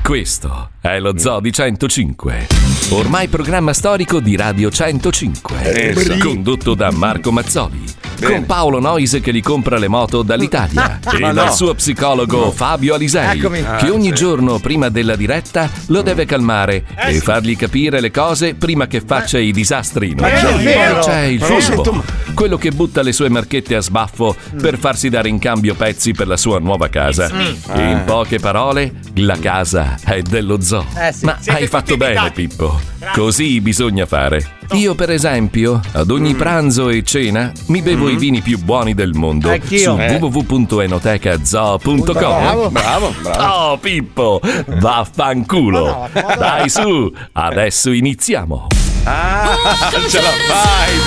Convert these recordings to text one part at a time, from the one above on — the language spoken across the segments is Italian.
Questo è lo Zoo di 105, ormai programma storico di Radio 105, condotto da Marco Mazzoli, con Paolo Noise che gli compra le moto dall'Italia e dal suo psicologo Fabio Alisei, che ogni giorno prima della diretta lo deve calmare e fargli capire le cose prima che faccia i disastri inutili. C'è il furbo, quello che butta le sue marchette a sbaffo per farsi dare in cambio pezzi per la sua nuova casa. In poche parole, la casa è dello zoo. Ma hai fatto bene, Pippo. Così bisogna fare. Io, per esempio, ad ogni pranzo e cena mi bevo i vini più buoni del mondo su www.enotecazoo.com. Bravo. Oh, Pippo, vaffanculo. Dai, su, adesso iniziamo. Ce la fai,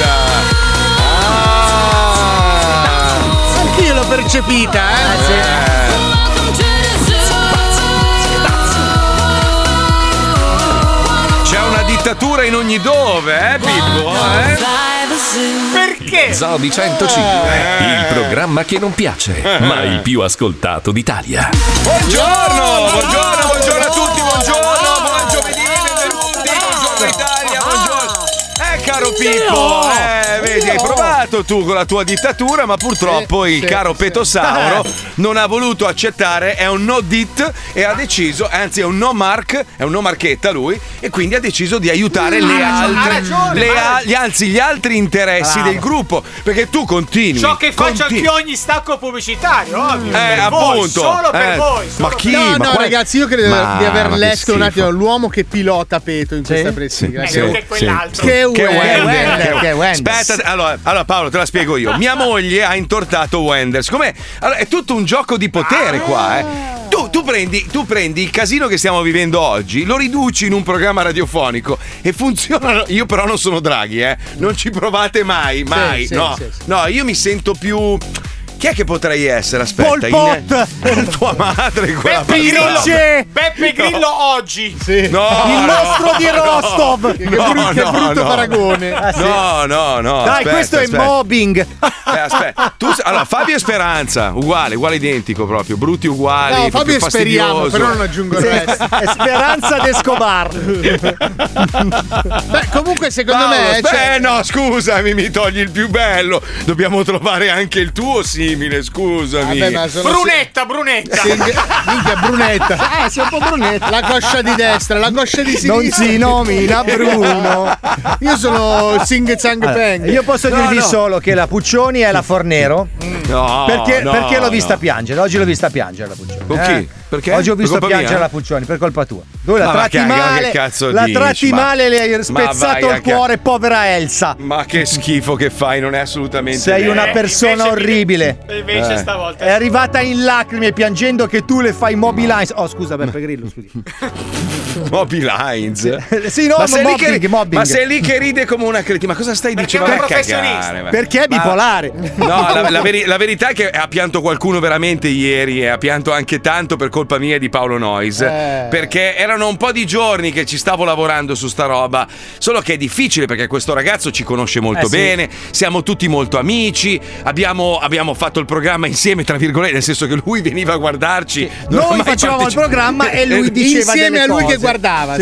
Anch'io l'ho percepita, C'è una dittatura in ogni dove, Pippo? Perché? Zoo di 105, il programma che non piace, ma il più ascoltato d'Italia. Buongiorno a tutti, buon giovedì, benvenuti, buongiorno Italia, buongiorno. Caro Pippo, vedi, hai provato tu con la tua dittatura, ma purtroppo il caro Petosauro non ha voluto accettare, è un no dit e ha deciso, anzi è un no mark, è un no marchetta lui, e quindi ha deciso di aiutare gli altri interessi del gruppo, perché tu continui. Ciò che faccio anch'io ogni stacco pubblicitario, ovvio. Appunto. Solo per voi. Ma chi? No, ragazzi, io credo di aver letto un attimo l'uomo che pilota Peto in questa pressigla. Che quell'altro. Che Wender. Aspetta, allora Paolo, te la spiego io. Mia moglie ha intortato Wender. Siccome allora, è tutto un gioco di potere qua, Tu prendi il casino che stiamo vivendo oggi, lo riduci in un programma radiofonico e funziona. Io però non sono Draghi, non ci provate mai. No, io mi sento più. Chi è che potrei essere? Aspetta, Pol Pot. Tua madre, quella Beppe Grillo oggi. Sì. No, il mostro di Rostov. Che brutto paragone. No. Dai, questo è mobbing. Aspetta. Allora, Fabio e Speranza, uguale identico proprio, brutti uguali. No, Fabio speriamo, però non aggiungo il resto. È Speranza d'Escobar. Beh, comunque secondo me no, scusami, mi togli il più bello. Dobbiamo trovare anche il tuo simile, scusami. Vabbè, Brunetta. Minchia, brunetta. Sei un po' brunetta. La coscia di destra, la coscia di sinistra. Non si nomina Bruno. Io sono Sing Chang Peng. Io posso dirvi solo che la Puccioni è la Fornero. Perché l'ho vista piangere. Oggi l'ho vista piangere la Puccioni. Con chi? Perché? Oggi ho visto piangere mia? la Puccioni per colpa tua. Tu la tratti male, le hai spezzato il cuore, povera Elsa. Ma che schifo che fai, non è assolutamente sei una persona orribile. E invece stavolta è arrivata in lacrime piangendo che tu le fai Mobilines. Oh, scusa, Beppe Grillo, scusi. Mobilines? Sì, no, mobbing. Ma sei lì che ride come una cretina. Ma cosa stai dicendo? Perché è un professionista. Perché è bipolare. No, la verità è che ha pianto qualcuno veramente ieri e ha pianto anche tanto per colpa mia e di Paolo Noise, perché erano un po' di giorni che ci stavo lavorando su sta roba, solo che è difficile perché questo ragazzo ci conosce molto bene, siamo tutti molto amici, abbiamo fatto il programma insieme, tra virgolette, nel senso che lui veniva a guardarci, noi facevamo il programma e lui diceva insieme delle a lui cose. che guardava.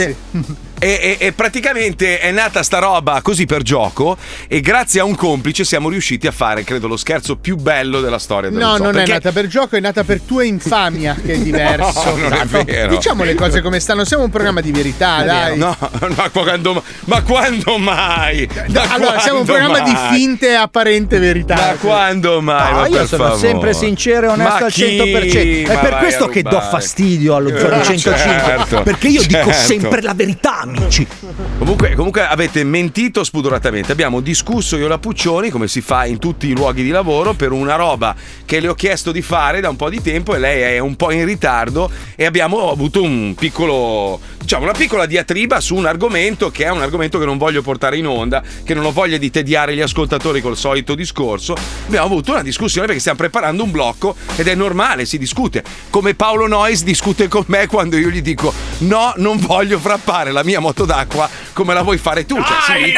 E praticamente è nata sta roba così per gioco e grazie a un complice siamo riusciti a fare, credo, lo scherzo più bello della storia dello zoo. Non è nata per gioco, è nata per tua infamia, che è diverso. No, non è vero. Diciamo le cose come stanno, siamo un programma di verità, dai. No, ma quando mai? Allora, siamo un programma di finte e apparente verità. Ma quando mai? No, io sono sempre sincero e onesto al 100%. È per questo che do fastidio allo Zoo di 105, perché io dico sempre la verità. Amici. Comunque avete mentito spudoratamente. Abbiamo discusso io e la Puccioni, come si fa in tutti i luoghi di lavoro, per una roba che le ho chiesto di fare da un po' di tempo e lei è un po' in ritardo e abbiamo avuto una piccola diatriba su un argomento che è un argomento che non voglio portare in onda, che non ho voglia di tediare gli ascoltatori col solito discorso. Abbiamo avuto una discussione perché stiamo preparando un blocco ed è normale, si discute. Come Paolo Noyes discute con me quando io gli dico no, non voglio frappare la mia moto d'acqua come la vuoi fare tu.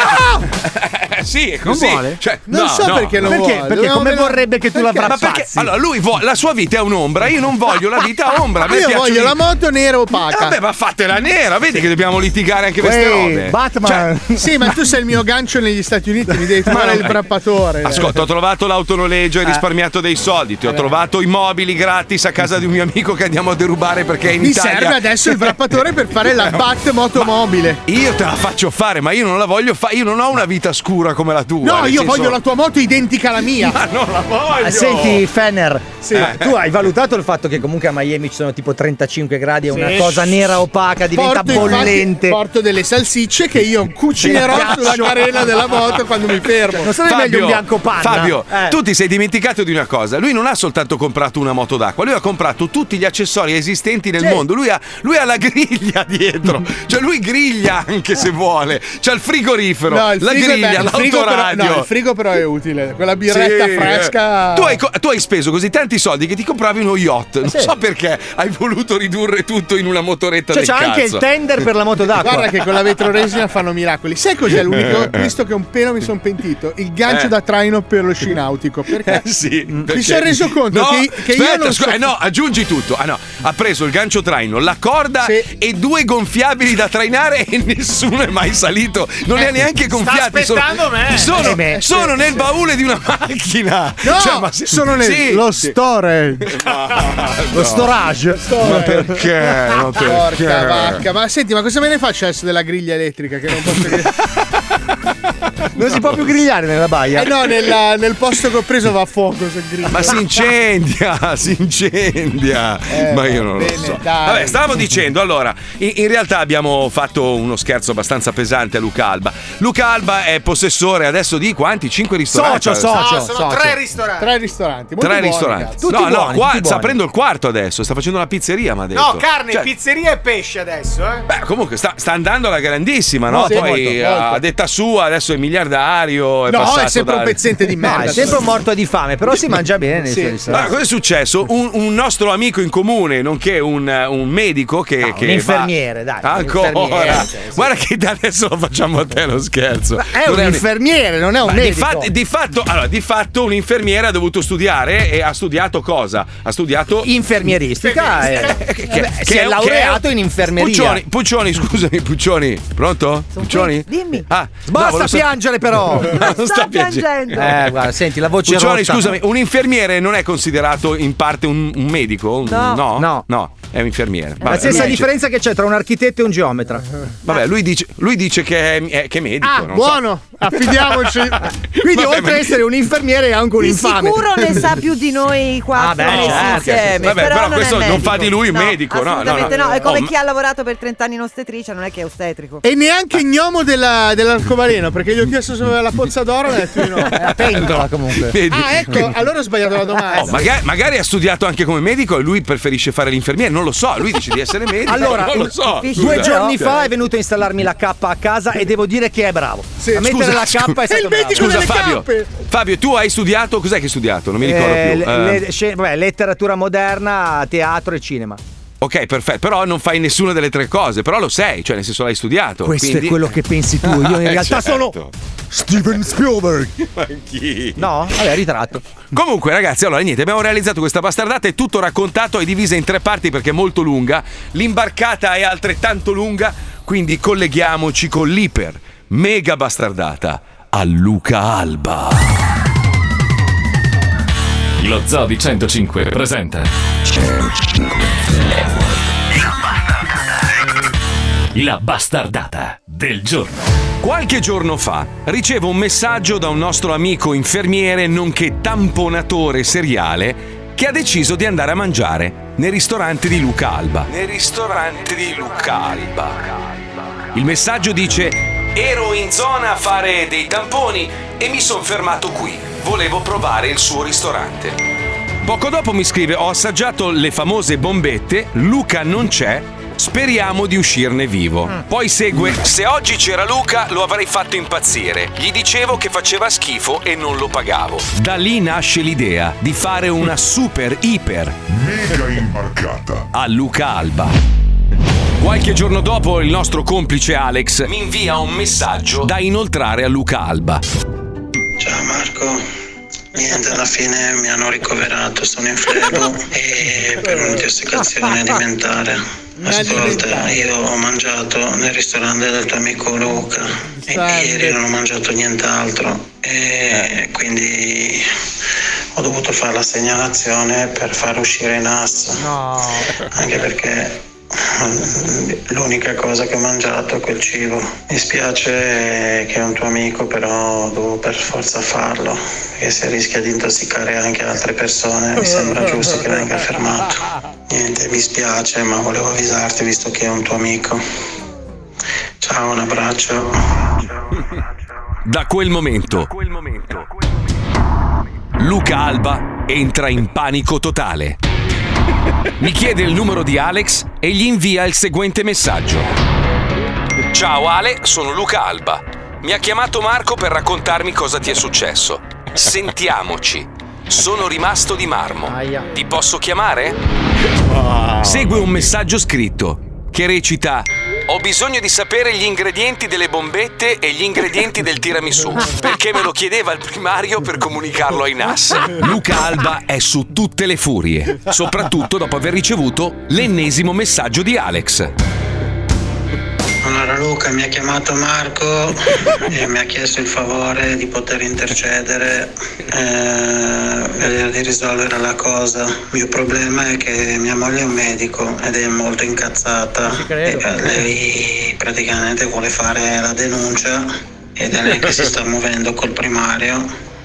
Sì, è così. Non vuole? Cioè, Non so perché non vuole. Perché come vorrebbe che tu Ma perché? l'abbracci? Allora, lui la sua vita è un'ombra, io non voglio la vita a ombra. A me Io piacciono voglio la moto nera opaca. Vabbè, ma fatela nera, vedi che dobbiamo litigare anche queste robe. Batman. Sì, ma tu sei il mio gancio negli Stati Uniti, mi devi trovare il wrappatore. Ascolta, ho trovato l'autonoleggio, hai risparmiato dei soldi, ti ho trovato i mobili gratis a casa di un mio amico che andiamo a derubare perché è in Mi Italia. serve adesso il wrappatore per fare la Bat motomobile. Io te la faccio fare, ma io non la voglio fare. Io non ho una vita scura come la tua. No, nel io senso- voglio la tua moto identica alla mia. Ma non la voglio. Senti, Fenner, tu hai valutato il fatto che comunque a Miami ci sono tipo 35 gradi e una cosa nera opaca diventa bollente? Infatti, porto delle salsicce che io cucinerò sulla carena della moto quando mi fermo. Non sarebbe meglio un bianco panna? Fabio, tu ti sei dimenticato di una cosa. Lui non ha soltanto comprato una moto d'acqua, lui ha comprato tutti gli accessori esistenti nel mondo. Lui ha la griglia dietro. Cioè lui griglia anche se vuole. C'ha il frigorifero, No, il la frigo griglia, il frigo l'autoradio. no, il frigo però è utile. Quella birretta Sì, fresca. Tu hai speso così tanti soldi che ti compravi uno yacht. Non so perché hai voluto ridurre tutto in una motoretta Cioè del c'ha cazzo. anche il tender per la moto d'acqua. Guarda che con la vetroresina fanno miracoli. Sai cos'è l'unico? Visto che un pelo mi sono pentito, il gancio da traino per lo sci nautico. Perché Sì, mi sono reso conto che io non so. no, aggiungi tutto. Ah no, ha preso il gancio traino, la corda e 2 gonfiabili da trainare e nessuno è mai salito. Non li ha neanche gonfiati. aspettando me. Sono nel baule di una macchina. No, Cioè, sono lo storage. Lo storage. Ma perché? Ma Porca perché? vacca. Ma senti, ma cosa me ne faccio adesso della griglia elettrica che non posso Non si può più grigliare nella baia. no, nel posto che ho preso va a fuoco se griglia. Ma si incendia. Ma io non lo bene, so. dai. Vabbè, stavamo dicendo, allora, in realtà abbiamo fatto uno scherzo abbastanza pesante a Luca Alba. Luca Alba è possessore adesso di quanti? 5 ristoranti. Sono 3 ristoranti. 3 ristoranti. Molto 3 buoni, ristoranti. cazzo. Tutti buoni, tutti sta buoni. aprendo il quarto adesso. Sta facendo una pizzeria, mi ha detto. No, carne, Cioè, pizzeria e pesce adesso, eh. Beh, comunque sta andando alla grandissima, no? Sì, Poi molto. a detta sua, adesso è miliardario. È No, passato è sempre un pezzente di No, merda. è sempre un morto di fame, però si mangia bene nei suoi Allora, ristoranti. cosa è successo? Un nostro amico in comune, nonché un medico che. No, che un infermiere, va... dai, un Ancora. infermiere, cioè, sì. Guarda che da adesso lo facciamo a te lo scherzo. Ma è un infermiere, non è un Ma medico. di fatto un infermiere ha dovuto studiare e ha studiato cosa? Ha studiato Infermieristica. Si è laureato in infermeria. Puccioni, scusami, Puccioni. Pronto? Puccioni? Dimmi. Ah, Basta piangere però. non sta piangendo. Guarda, senti, la voce Puccioni, rotta. scusami, un infermiere non è considerato in parte un medico? No. No, è un infermiere. La stessa differenza che c'è tra un architetto e un geometra. Vabbè, lui dice che è medico. Ah, non buono, affidiamoci. Quindi Vabbè, oltre ad essere un infermiere è anche un Di infame. sicuro ne sa più di noi quattro Ah, beh, messi certo. insieme. Vabbè, però non questo è non fa medico. di lui un medico, no, assolutamente no. È come Oh, chi ha lavorato per 30 anni in ostetricia, non è che è ostetrico. E neanche gnomo dell'arcobaleno, perché gli ho chiesto se aveva la pozza d'oro e ha detto di no. È la pentola comunque. Vedi? Ah, ecco, allora ho sbagliato la domanda. Oh, magari ha studiato anche come medico e lui preferisce fare l'infermiere, non lo so, lui dice di essere medico, Allora, non lo so. 2 giorni fa è venuto a installarmi la K a casa e devo dire che è bravo. Sì, a mettere scusa, la K è È stato il bravo. medico Scusa delle Fabio, cappe. Fabio, tu hai studiato, cos'è che hai studiato? Non mi ricordo più. Vabbè, letteratura moderna, teatro e cinema. Ok, perfetto, però non fai nessuna delle 3 cose, però lo sei, cioè nel senso l'hai studiato. Questo quindi... è quello che pensi tu. Io in realtà certo. sono Steven Spielberg. Ma chi? No? Vabbè, ritratto. Comunque ragazzi, allora niente, abbiamo realizzato questa bastardata, è tutto raccontato, è divisa in 3 parti perché è molto lunga, l'imbarcata è altrettanto lunga, quindi colleghiamoci con l'iper mega bastardata a Luca Alba. Lo Zoo di 105 presenta La bastardata del giorno. Qualche giorno fa ricevo un messaggio da un nostro amico infermiere nonché tamponatore seriale che ha deciso di andare a mangiare nel ristorante di Luca Alba. Il messaggio dice: ero in zona a fare dei tamponi e mi sono fermato qui. Volevo provare il suo ristorante. Poco dopo mi scrive: ho assaggiato le famose bombette, Luca non c'è, speriamo di uscirne vivo. Poi segue: se oggi c'era Luca lo avrei fatto impazzire. Gli dicevo che faceva schifo e non lo pagavo. Da lì nasce l'idea di fare una super iper mega imbarcata a Luca Alba. Qualche giorno dopo il nostro complice Alex mi invia un messaggio da inoltrare a Luca Alba. Ciao Marco, niente, alla fine mi hanno ricoverato, sono in flebo e per un'intossicazione alimentare. Ascolta, io ho mangiato nel ristorante del tuo amico Luca e ieri non ho mangiato nient'altro e quindi ho dovuto fare la segnalazione per far uscire i NAS. No. Anche perché l'unica cosa che ho mangiato è quel cibo. Mi spiace che è un tuo amico, però devo per forza farlo, perché se rischia di intossicare anche altre persone mi sembra giusto che venga fermato. Niente, mi spiace, ma volevo avvisarti visto che è un tuo amico. Ciao, un abbraccio. Da quel momento Luca Alba entra in panico totale. Mi chiede il numero di Alex e gli invia il seguente messaggio. Ciao Ale, sono Luca Alba. Mi ha chiamato Marco per raccontarmi cosa ti è successo. Sentiamoci. Sono rimasto di marmo. Ti posso chiamare? Segue un messaggio scritto che recita: ho bisogno di sapere gli ingredienti delle bombette e gli ingredienti del tiramisù, perché me lo chiedeva il primario per comunicarlo ai NAS. Luca Alba è su tutte le furie, soprattutto dopo aver ricevuto l'ennesimo messaggio di Alex. Allora Luca, mi ha chiamato Marco e mi ha chiesto il favore di poter intercedere, vedere di risolvere la cosa. Il mio problema è che mia moglie è un medico ed è molto incazzata e lei praticamente vuole fare la denuncia ed è lei che si sta muovendo col primario,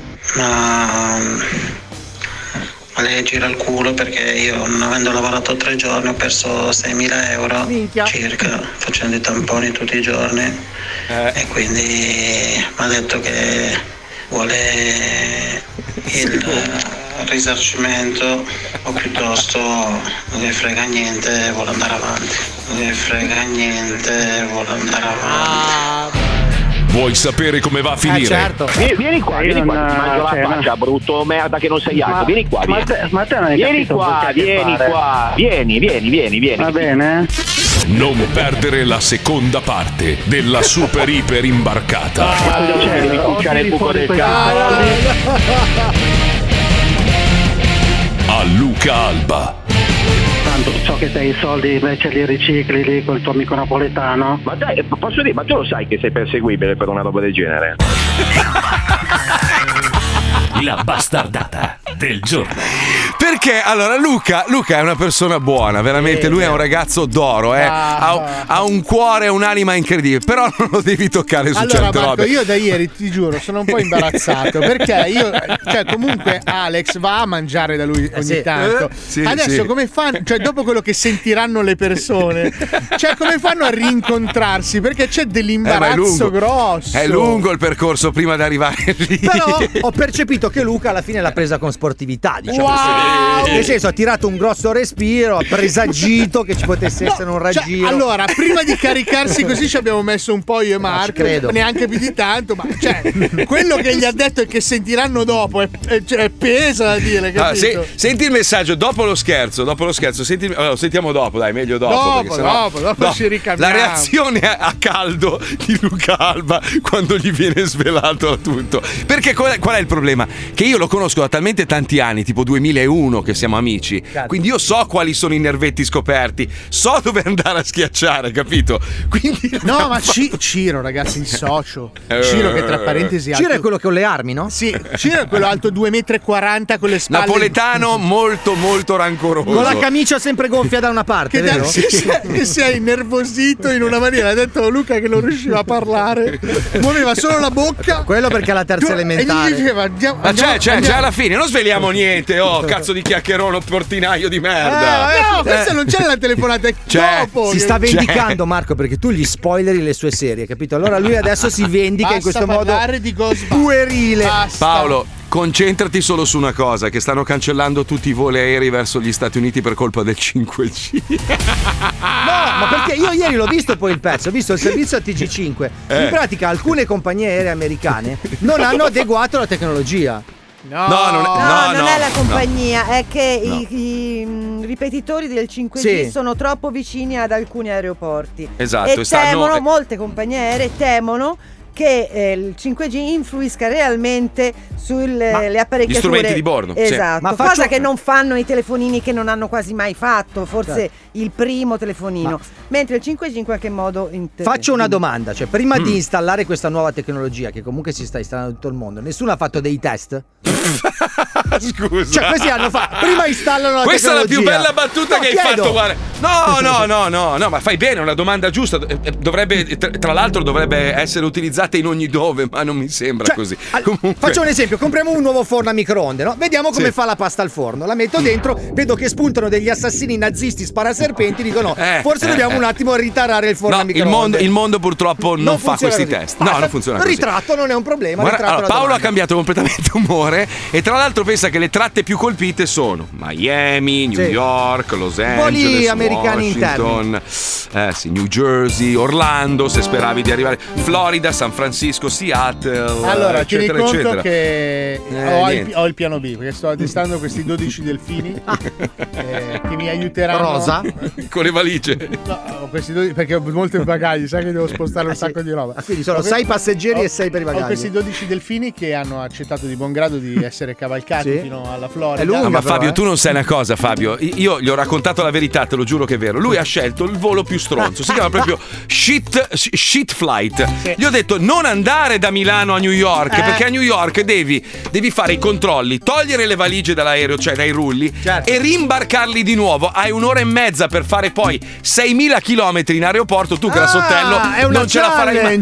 ma a lei gira il culo perché io, non avendo lavorato 3 giorni, ho perso 6.000 euro circa facendo i tamponi tutti i giorni e quindi mi ha detto che vuole il risarcimento o piuttosto non ne frega niente, vuole andare avanti. Non ne frega niente, vuole andare avanti. Vuoi sapere come va a finire? Certo. Vieni qua, ti mangio la faccia, brutto merda che non sei altro. Vieni qua, vieni. Ma te non hai capito vieni. Va bene? Non perdere la seconda parte della super iper imbarcata. Devi cucciare il buco del cazzo. A Luca Alba. Tanto so che te i soldi invece li ricicli lì col tuo amico napoletano. Ma dai, posso dire, ma tu lo sai che sei perseguibile per una roba del genere? La bastardata del giorno. Perché allora Luca è una persona buona, veramente, lui è un ragazzo d'oro, ha un cuore e un'anima incredibile, però non lo devi toccare su allora, certe Marco, robe. io da ieri ti giuro sono un po' imbarazzato perché io, cioè comunque Alex va a mangiare da lui ogni tanto. Adesso come fanno, cioè dopo quello che sentiranno le persone, cioè come fanno a rincontrarsi? Perché c'è dell'imbarazzo grosso. È lungo il percorso prima di arrivare lì. Però ho percepito che Luca alla fine l'ha presa con sportività, diciamo così. Nel senso, ha tirato un grosso respiro, ha presagito che ci potesse essere un raggiro. Cioè, allora, prima di caricarsi così ci abbiamo messo un po' io e Marco, neanche più di tanto, ma cioè, quello che gli ha detto e che sentiranno dopo è pesa da dire, capito? Senti il messaggio dopo lo scherzo, lo sentiamo dopo, dai, meglio dopo ci ricambiamo. La reazione a caldo di Luca Alba quando gli viene svelato tutto. Perché qual è il problema? Che io lo conosco da talmente tanti anni, tipo 2001 che siamo amici, quindi io so quali sono i nervetti scoperti, so dove andare a schiacciare, capito? Quindi no, ma Ciro, ragazzi, il socio Ciro, che tra parentesi Ciro è quello che ha le armi, no? Sì, Ciro è quello alto 2,40 m con le spalle napoletano, molto molto rancoroso, con la camicia sempre gonfia da una parte, vero? Che si è innervosito in una maniera. Ha detto Luca che non riusciva a parlare, muoveva solo la bocca, quello perché ha la terza elementare, e gli diceva c'è alla fine non sveliamo niente. Cazzo di chiacchierone, portinaio di merda. No, questa non c'è la telefonata, è dopo. Si sta vendicando Marco perché tu gli spoileri le sue serie, capito? Allora lui adesso si vendica in questo modo di puerile. Paolo, concentrati solo su una cosa, che stanno cancellando tutti i voli aerei verso gli Stati Uniti per colpa del 5G. No, ma perché io ieri l'ho visto poi il pezzo, ho visto il servizio a TG5. In pratica alcune compagnie aeree americane non hanno adeguato la tecnologia. Non è la compagnia, è che ripetitori del 5G Sì. sono troppo vicini ad alcuni aeroporti. Esatto, E temono, molte compagnie aeree temono che il 5G influisca realmente sulle apparecchiature. Gli strumenti di bordo. Esatto, Sì. cosa che non fanno i telefonini, che non hanno quasi mai fatto, forse il primo telefonino, mentre il 5G in qualche modo Faccio una domanda, cioè prima di installare questa nuova tecnologia che comunque si sta installando in tutto il mondo, nessuno ha fatto dei test? Scusa. Cioè questi hanno fatto, prima installano la Questa è la più tecnologia. bella battuta che hai fatto, guarda. No, ma fai bene, è una domanda giusta. Dovrebbe, tra l'altro dovrebbe essere utilizzata in ogni dove, ma non mi sembra così. Comunque. Faccio un esempio, compriamo un nuovo forno a microonde, no? Vediamo come fa la pasta al forno. La metto dentro, vedo che spuntano degli assassini nazisti sparaserpenti, dico no, forse dobbiamo un attimo ritarare il forno a microonde. Il mondo purtroppo non fa questi test. No, non funziona così. Ritratto non è un problema. Guarda, allora, Paolo ha cambiato completamente umore e tra l'altro pensa che le tratte più colpite sono Miami, New York, Los Angeles, americani Washington, New Jersey, Orlando, se speravi di arrivare, Florida, San Francisco, Seattle, allora tieni eccetera, conto eccetera. che ho il piano B, perché sto addestrando questi 12 delfini che mi aiuteranno. Rosa? Con le valigie. No, questi 12, perché ho molti bagagli, sai che devo spostare un sacco di roba. Quindi sono 6 passeggeri e 6 per i bagagli. Ho questi 12 delfini che hanno accettato di buon grado di essere cavalcati fino alla Florida. È lunga, ma però, Fabio, tu non sai una cosa, Fabio. Io gli ho raccontato la verità, te lo giuro che è vero. Lui ha scelto il volo più stronzo. Si chiama proprio shit flight. Sì. Gli ho detto non andare da Milano a New York, perché a New York devi fare i controlli, togliere le valigie dall'aereo, cioè dai rulli, e rimbarcarli di nuovo. Hai un'ora e mezza per fare poi 6.000 chilometri in aeroporto. Tu, grassottello, non ce la farai mai.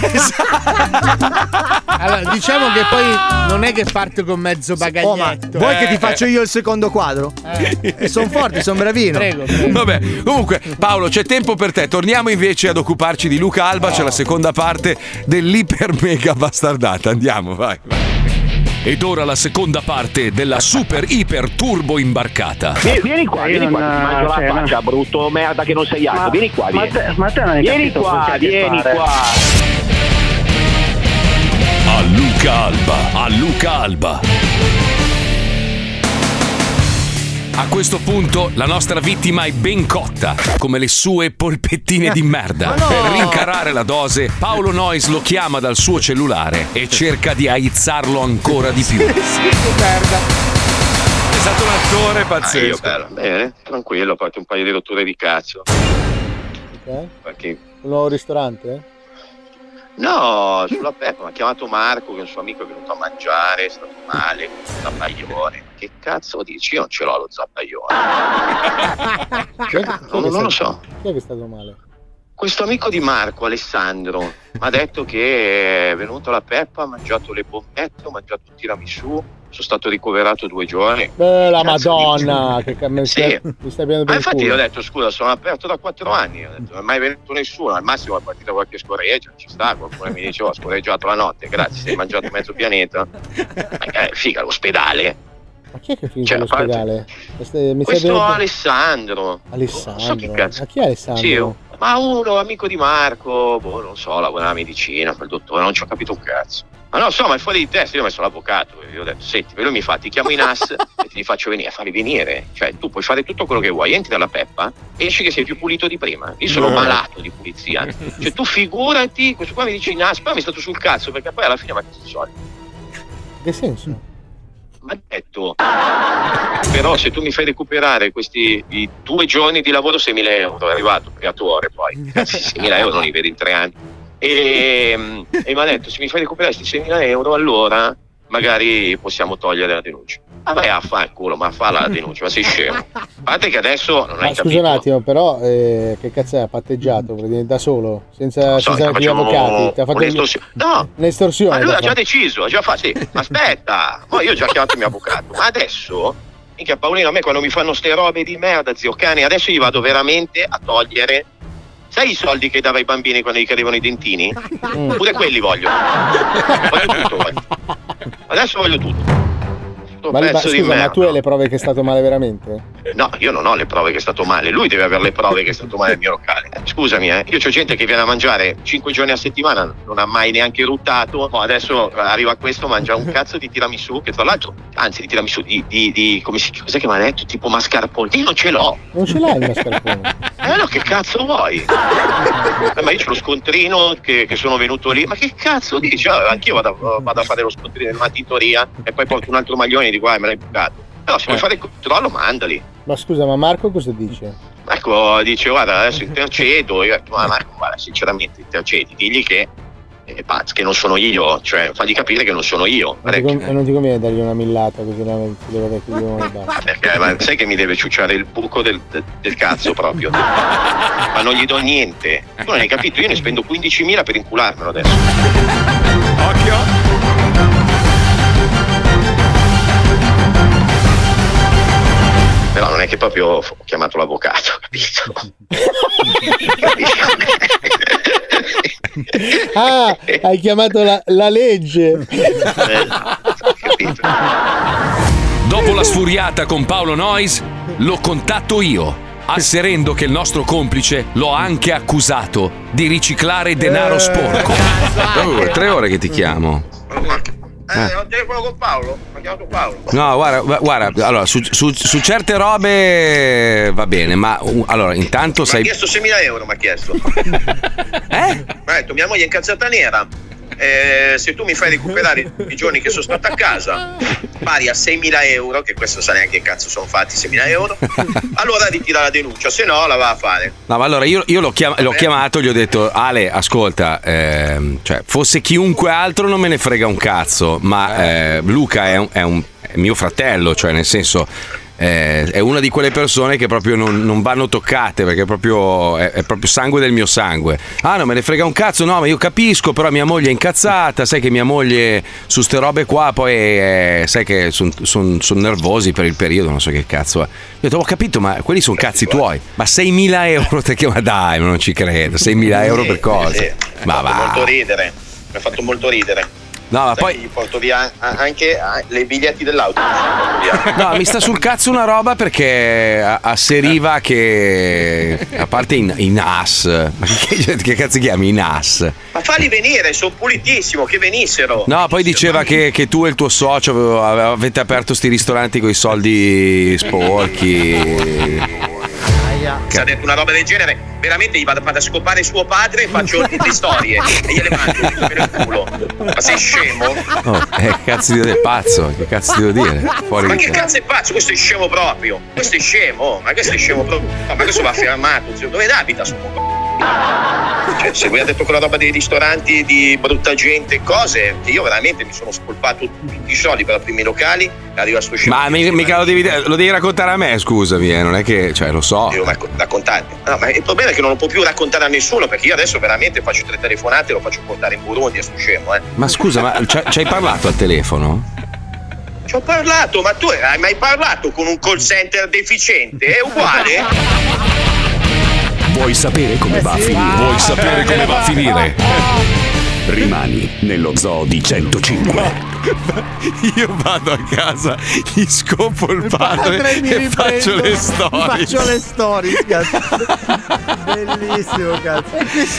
Allora, diciamo che poi non è che parto con mezzo bagaglietto. Vuoi che ti faccio io il secondo quadro? E sono forti, sono bravino. Prego. Vabbè, comunque, Paolo, c'è tempo per te. Torniamo invece ad occuparci di Luca Alba. C'è la seconda parte dell'iper mega bastardata. Andiamo, vai. Ed ora la seconda parte della super iper turbo imbarcata. Vieni qua, ti mangio la faccia, brutto merda che non sei altro. Vieni qua, vieni. Ma te non hai Vieni capito qua, cosa vieni fare. qua. A Luca Alba. A questo punto la nostra vittima è ben cotta, come le sue polpettine di merda. Per rincarare la dose, Paolo Noyes lo chiama dal suo cellulare e cerca di aizzarlo ancora di più. È stato un attore pazzesco. Bene, tranquillo, fate un paio di rotture di cazzo. Un nuovo ristorante? No, sulla Peppa mi ha chiamato Marco, che è un suo amico, è venuto a mangiare, è stato male, con lo zappaione. Che cazzo dici? Io non ce l'ho lo zappaione. Non lo so. Chi è che è stato male? Questo amico di Marco, Alessandro, mi ha detto che è venuto alla Peppa, ha mangiato le bombette, ho mangiato un tiramisù, sono stato ricoverato 2 giorni. La Cazzo Madonna, che mi stai prendendo per il infatti culo. io ho detto scusa, sono aperto da 4 anni, ho detto, non è mai venuto nessuno, al massimo è partita qualche scorreggia, ci sta, qualcuno mi dice ho scorreggiato la notte, grazie, sei mangiato mezzo pianeta. Figa, l'ospedale. Ma chi è che è finito all'ospedale? Questo Alessandro. Alessandro? Non so chi cazzo. Ma chi è Alessandro? Sì, ma uno amico di Marco, non so, lavora nella medicina, quel dottore, non ci ho capito un cazzo. Ma no, ma è fuori di testa, io ho messo l'avvocato, io ho detto, senti, lui mi fa, ti chiamo in AS e ti faccio venire, farli venire. Cioè, tu puoi fare tutto quello che vuoi, entri dalla Peppa e esci che sei più pulito di prima. Io sono malato di pulizia. Cioè, tu figurati, questo qua mi dice in AS, poi mi è stato sul cazzo, perché poi alla fine mi ha chiesto i soldi. Che senso? Mi ha detto, però se tu mi fai recuperare questi i 2 giorni di lavoro 6.000 euro, è arrivato creatore poi, 6.000 euro non li vedi in 3 anni. E mi ha detto, se mi fai recuperare questi 6.000 euro, allora magari possiamo togliere la denuncia. Vabbè, a fa il culo, ma fa la denuncia, ma sei scemo. A parte che adesso non hai scusa capito. un attimo, però che cazzo è? Ha patteggiato da solo, senza gli avvocati? Ti ha fatto un'estorsione. No, un'estorsione. ma lui ha già deciso, ha già fatto, sì. Ma aspetta, poi io ho già chiamato il mio avvocato, ma adesso, minchia Paolino, a me quando mi fanno ste robe di merda, zio cane, adesso io vado veramente a togliere. Sai i soldi che dava ai bambini quando gli cadevano i dentini? Pure quelli voglio. Voglio tutto. Adesso voglio tutto. brutto pezzo di merda. Ma tu hai le prove che è stato male veramente? No, io non ho le prove che è stato male, lui deve avere le prove che è stato male nel mio locale. Scusami, io c'ho gente che viene a mangiare 5 giorni a settimana, non ha mai neanche ruttato, adesso arriva questo, mangia un cazzo di tiramisù, che tra l'altro, anzi di tiramisù, cos'è che mi ha detto? Tipo mascarpone, io non ce l'ho. Non ce l'hai il mascarpone? No, che cazzo vuoi? Ma io c'ho lo scontrino che sono venuto lì, ma che cazzo dici? Anch'io vado a fare lo scontrino in una tintoria e poi porto un altro maglione di qua e me l'hai bucato. Però se vuoi fare il controllo, mandali. Ma scusa, ma Marco cosa dice? Ecco, dice, guarda, adesso intercedo. Io ho detto, ma Marco, guarda, sinceramente intercedi, digli che non sono io, cioè fagli capire che non sono io. Non ti conviene dargli una millata così non ti deve perché ma sai che mi deve ciucciare il buco del cazzo proprio. Ma non gli do niente. Tu non hai capito, io ne spendo 15.000 per incularmelo adesso. Occhio. Però non è che proprio ho chiamato l'avvocato, capito? Ah, hai chiamato la legge. Capito? Dopo la sfuriata con Paolo Noyes, lo contatto io, asserendo che il nostro complice lo ha anche accusato di riciclare denaro sporco. 3 ore che ti chiamo. Ho telefono con Paolo? Mi ha chiamato Paolo? No, guarda, allora su certe robe va bene, ma allora intanto mi ha chiesto 6.000 euro, mi ha chiesto. Mi ha detto, mia moglie è incazzata nera. Se tu mi fai recuperare i giorni che sono stato a casa pari a 6.000 euro, che questo sa neanche che cazzo sono fatti 6.000 euro, allora ritira la denuncia, se no la va a fare. No, ma allora io l'ho chiamato, gli ho detto, Ale, ascolta, cioè fosse chiunque altro non me ne frega un cazzo, ma Luca è mio fratello, cioè nel senso è una di quelle persone che proprio non vanno toccate, perché è proprio sangue del mio sangue. Ah, non me ne frega un cazzo, no, ma io capisco, però mia moglie è incazzata, sai che mia moglie su ste robe qua poi sai che sono nervosi per il periodo, non so che cazzo è. Io ho detto, ho capito, ma quelli sono cazzi tuoi. Ma 6.000 euro, ma dai, ma non ci credo, 6.000 euro per cosa? Ma va. Molto ridere, mi ha fatto molto ridere. No, ma poi gli porto via anche i biglietti dell'auto. No, mi sta sul cazzo una roba perché asseriva che a parte i NAS, ma che cazzo chiami i NAS? Ma falli venire, sono pulitissimo, che venissero. No, poi diceva che tu e il tuo socio avete aperto sti ristoranti con i soldi sporchi. Se ha detto una roba del genere, veramente gli vado a scopare suo padre e faccio le storie e gliele mando per il culo. Ma sei scemo? Oh, cazzo di dire pazzo, che cazzo devo dire? Ma che cazzo è pazzo? Questo è scemo proprio. Questo è scemo, ma questo è scemo proprio. Ma questo va fermato. Dove abita suo? Cioè, se voi ha detto quella roba dei ristoranti di brutta gente, cose che io veramente mi sono spolpato tutti i soldi per aprire i locali, arriva sto scemo. Ma mica lo devi raccontare a me, scusami, non è che, cioè, lo so. Devo raccontare. No, ma il problema è che non lo può più raccontare a nessuno, perché io adesso veramente faccio 3 telefonate e lo faccio portare in Burundi a sto scemo, Ma scusa, ma ci hai parlato al telefono? Ci ho parlato, ma tu hai mai parlato con un call center deficiente? È uguale? Vuoi sapere come va a finire? Vuoi sapere come va a finire? Rimani nello zoo di 105. Io vado a casa, gli scopo il padre e faccio le storie. Faccio le storie, cazzo. Bellissimo, cazzo.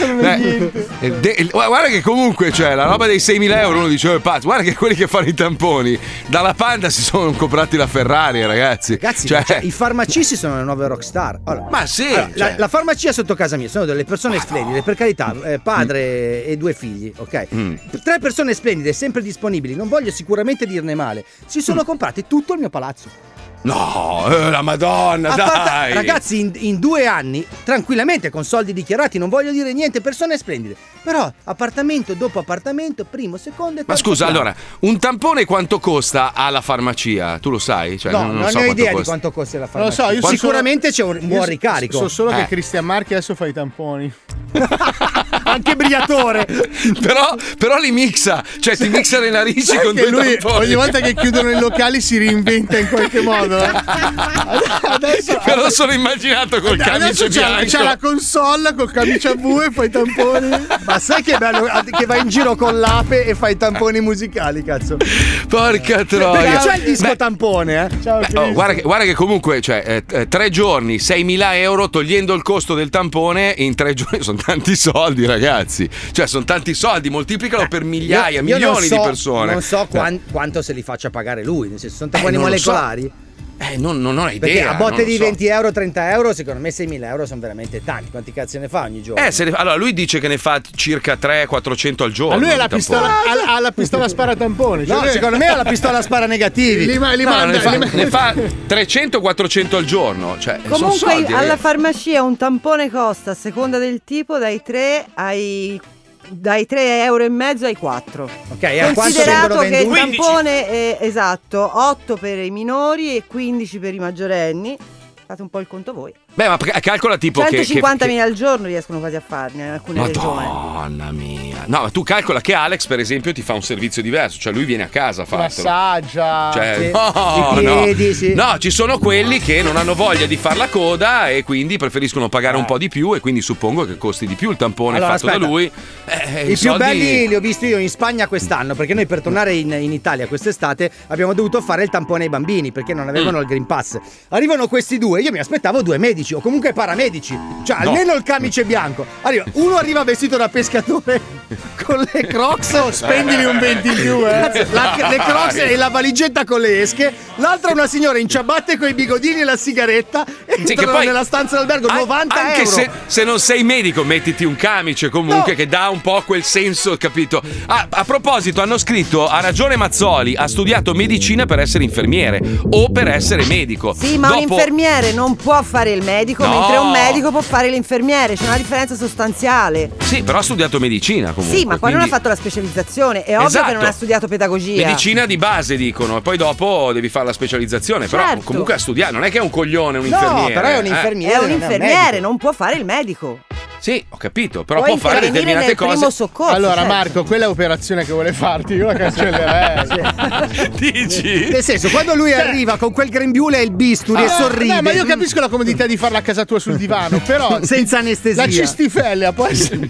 Guarda che comunque, cioè, la roba dei 6.000 euro, uno dice, pazzo, guarda che quelli che fanno i tamponi dalla Panda si sono comprati la Ferrari, ragazzi. Ragazzi, cioè, i farmacisti sono le nuove rockstar. Allora, ma sì, allora, la farmacia sotto casa mia sono delle persone splendide, per carità, padre e 2 figli, ok? 3 persone splendide, sempre disponibili, non voglio sicuramente dirne male. Si sono comprati tutto il mio palazzo. No, la Madonna, dai! Ragazzi, in 2 anni, tranquillamente, con soldi dichiarati, non voglio dire niente, persone splendide. Però, appartamento dopo appartamento, primo, secondo e terzo. Ma scusa, allora, un tampone quanto costa alla farmacia? Tu lo sai? Cioè, no, non so ho idea costa. Di quanto costa la farmacia. Non lo so, sicuramente c'è un buon ricarico. So solo che Cristian Marchi adesso fa i tamponi. Anche Briatore. però li mixa, cioè ti mixa le narici con 2 lui tamponi. ogni volta che chiudono i locali si reinventa in qualche modo. comodo. Adesso me lo sono immaginato col camice bianco. C'è la console col camice a bue e fai i tamponi. Ma sai che bello che vai in giro con l'ape e fai i tamponi musicali, cazzo. Porca troia. C'è il disco tampone, Ciao, guarda che comunque, cioè, 3 giorni, 6.000 euro, togliendo il costo del tampone, in 3 giorni sono tanti soldi, ragazzi. Cioè, sono tanti soldi, moltiplicalo per migliaia, milioni di persone. Non so quanto se li faccia pagare lui, nel senso, sono tamponi molecolari. Non ho idea. Perché a botte di 20 euro, 30 euro, secondo me 6.000 euro sono veramente tanti. Quanti cazzo ne fa ogni giorno? Allora lui dice che ne fa circa 300-400 al giorno. A lui ha la pistola spara tampone. Cioè no, secondo me ha la pistola spara negativi. Ne fa 300-400 al giorno. Cioè, comunque soldi, alla farmacia un tampone costa, a seconda del tipo, dai 3 euro e mezzo ai 4. Ok, considerato che il tampone è esatto 8 per i minori e 15 per i maggiorenni. Fate un po' il conto voi. Beh, ma calcola tipo 150.000 al giorno riescono quasi a farne in alcune regioni. Madonna mia. No, ma tu calcola che Alex, per esempio, ti fa un servizio diverso. Cioè lui viene a casa a fartelo. Massaggia. Cioè, sì. No, I piedi, sì. No, ci sono quelli che non hanno voglia di far la coda e quindi preferiscono pagare un po' di più e quindi suppongo che costi di più il tampone fatto da lui. I più belli li ho visti io in Spagna quest'anno, perché noi per tornare in Italia quest'estate abbiamo dovuto fare il tampone ai bambini perché non avevano il Green Pass. Arrivano questi due, io mi aspettavo 2 medici o comunque paramedici, cioè almeno il camice bianco. Uno arriva vestito da pescatore con le Crocs, spendili un 20 in più, le Crocs e la valigetta con le esche. L'altra una signora in ciabatte con i bigodini e la sigaretta. Entrano poi, nella stanza d'albergo, 90 anche euro. Se non sei medico, mettiti un camice comunque, che dà un po' quel senso, capito? A proposito, hanno scritto, ha ragione Mazzoli, ha studiato medicina per essere infermiere o per essere medico. Sì, ma un infermiere non può fare il medico, mentre un medico può fare l'infermiere. C'è una differenza sostanziale. Sì, però ha studiato medicina comunque. Sì, ma poi non ha fatto la specializzazione. È ovvio che non ha studiato pedagogia. Medicina di base dicono, e poi dopo devi fare la specializzazione. Certo. Però comunque ha studiato, non è che è un coglione, un infermiere. No, però è un infermiere. È un infermiere, non può fare il medico. Sì, ho capito, però può fare determinate cose. Primo soccorso, allora, Marco, quella è operazione che vuole farti, io la cancellerei. Dici? Nel senso, quando lui arriva con quel grembiule e il bisturi e sorride. No, ma io capisco la comodità di farla a casa tua sul divano, però senza anestesia. La cistifellea può essere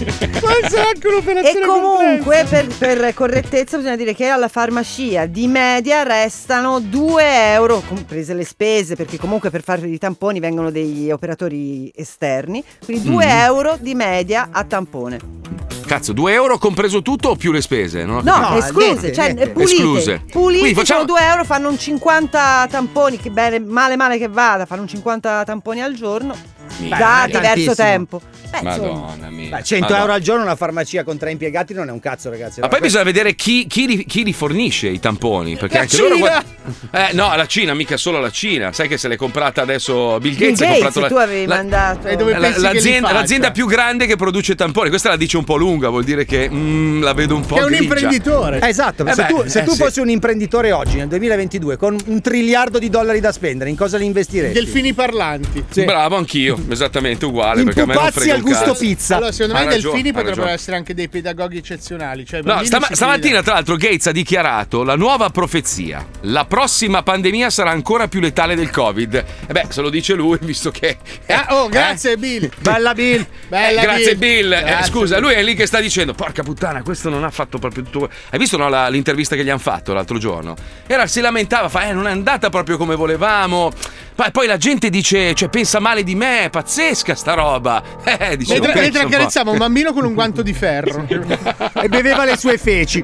anche un'operazione. E comunque per correttezza bisogna dire che alla farmacia di media restano 2 euro, comprese le spese, perché comunque per fare i tamponi vengono degli operatori esterni, quindi 2 euro di media a tampone. Cazzo, 2 euro compreso tutto o più le spese? No, escluse, cioè pulite. Escluse. Pulite, sono 2 euro, fanno un 50 tamponi, che bene, male che vada, fanno un 50 tamponi al giorno. Da diverso tempo. Madonna mia. 100 euro al giorno una farmacia con 3 impiegati non è un cazzo, ragazzi. Ma poi bisogna vedere chi li fornisce i tamponi, perché anche loro no, la Cina, mica solo la Cina. Sai che se l'è comprata adesso Bill Gates, ha comprato tu avevi mandato l'azienda più grande che produce tamponi. Questa la dice un po' lunga, vuol dire che la vedo un po' che è un grigia. imprenditore. Esatto, se tu fossi un imprenditore oggi nel 2022 con $1 triliardo da spendere, in cosa li investiresti? Delfini parlanti. Sì. Bravo, anch'io, esattamente uguale, perché a me non frega al gusto pizza. Allora, secondo me i delfini potrebbero essere anche dei pedagoghi eccezionali. Cioè, no, stamattina, tra l'altro, Gates ha dichiarato la nuova profezia: la prossima pandemia sarà ancora più letale del Covid. E se lo dice lui, visto che. Grazie, Bill. Bella Bill. Grazie, Bill. Scusa, lui è lì che sta dicendo: porca puttana, questo non ha fatto proprio tutto. Hai visto l'intervista che gli hanno fatto l'altro giorno? Si lamentava, non è andata proprio come volevamo. Poi la gente dice, cioè, pensa male di me, è pazzesca sta roba. Mentre accarezzava un bambino con un guanto di ferro e beveva le sue feci.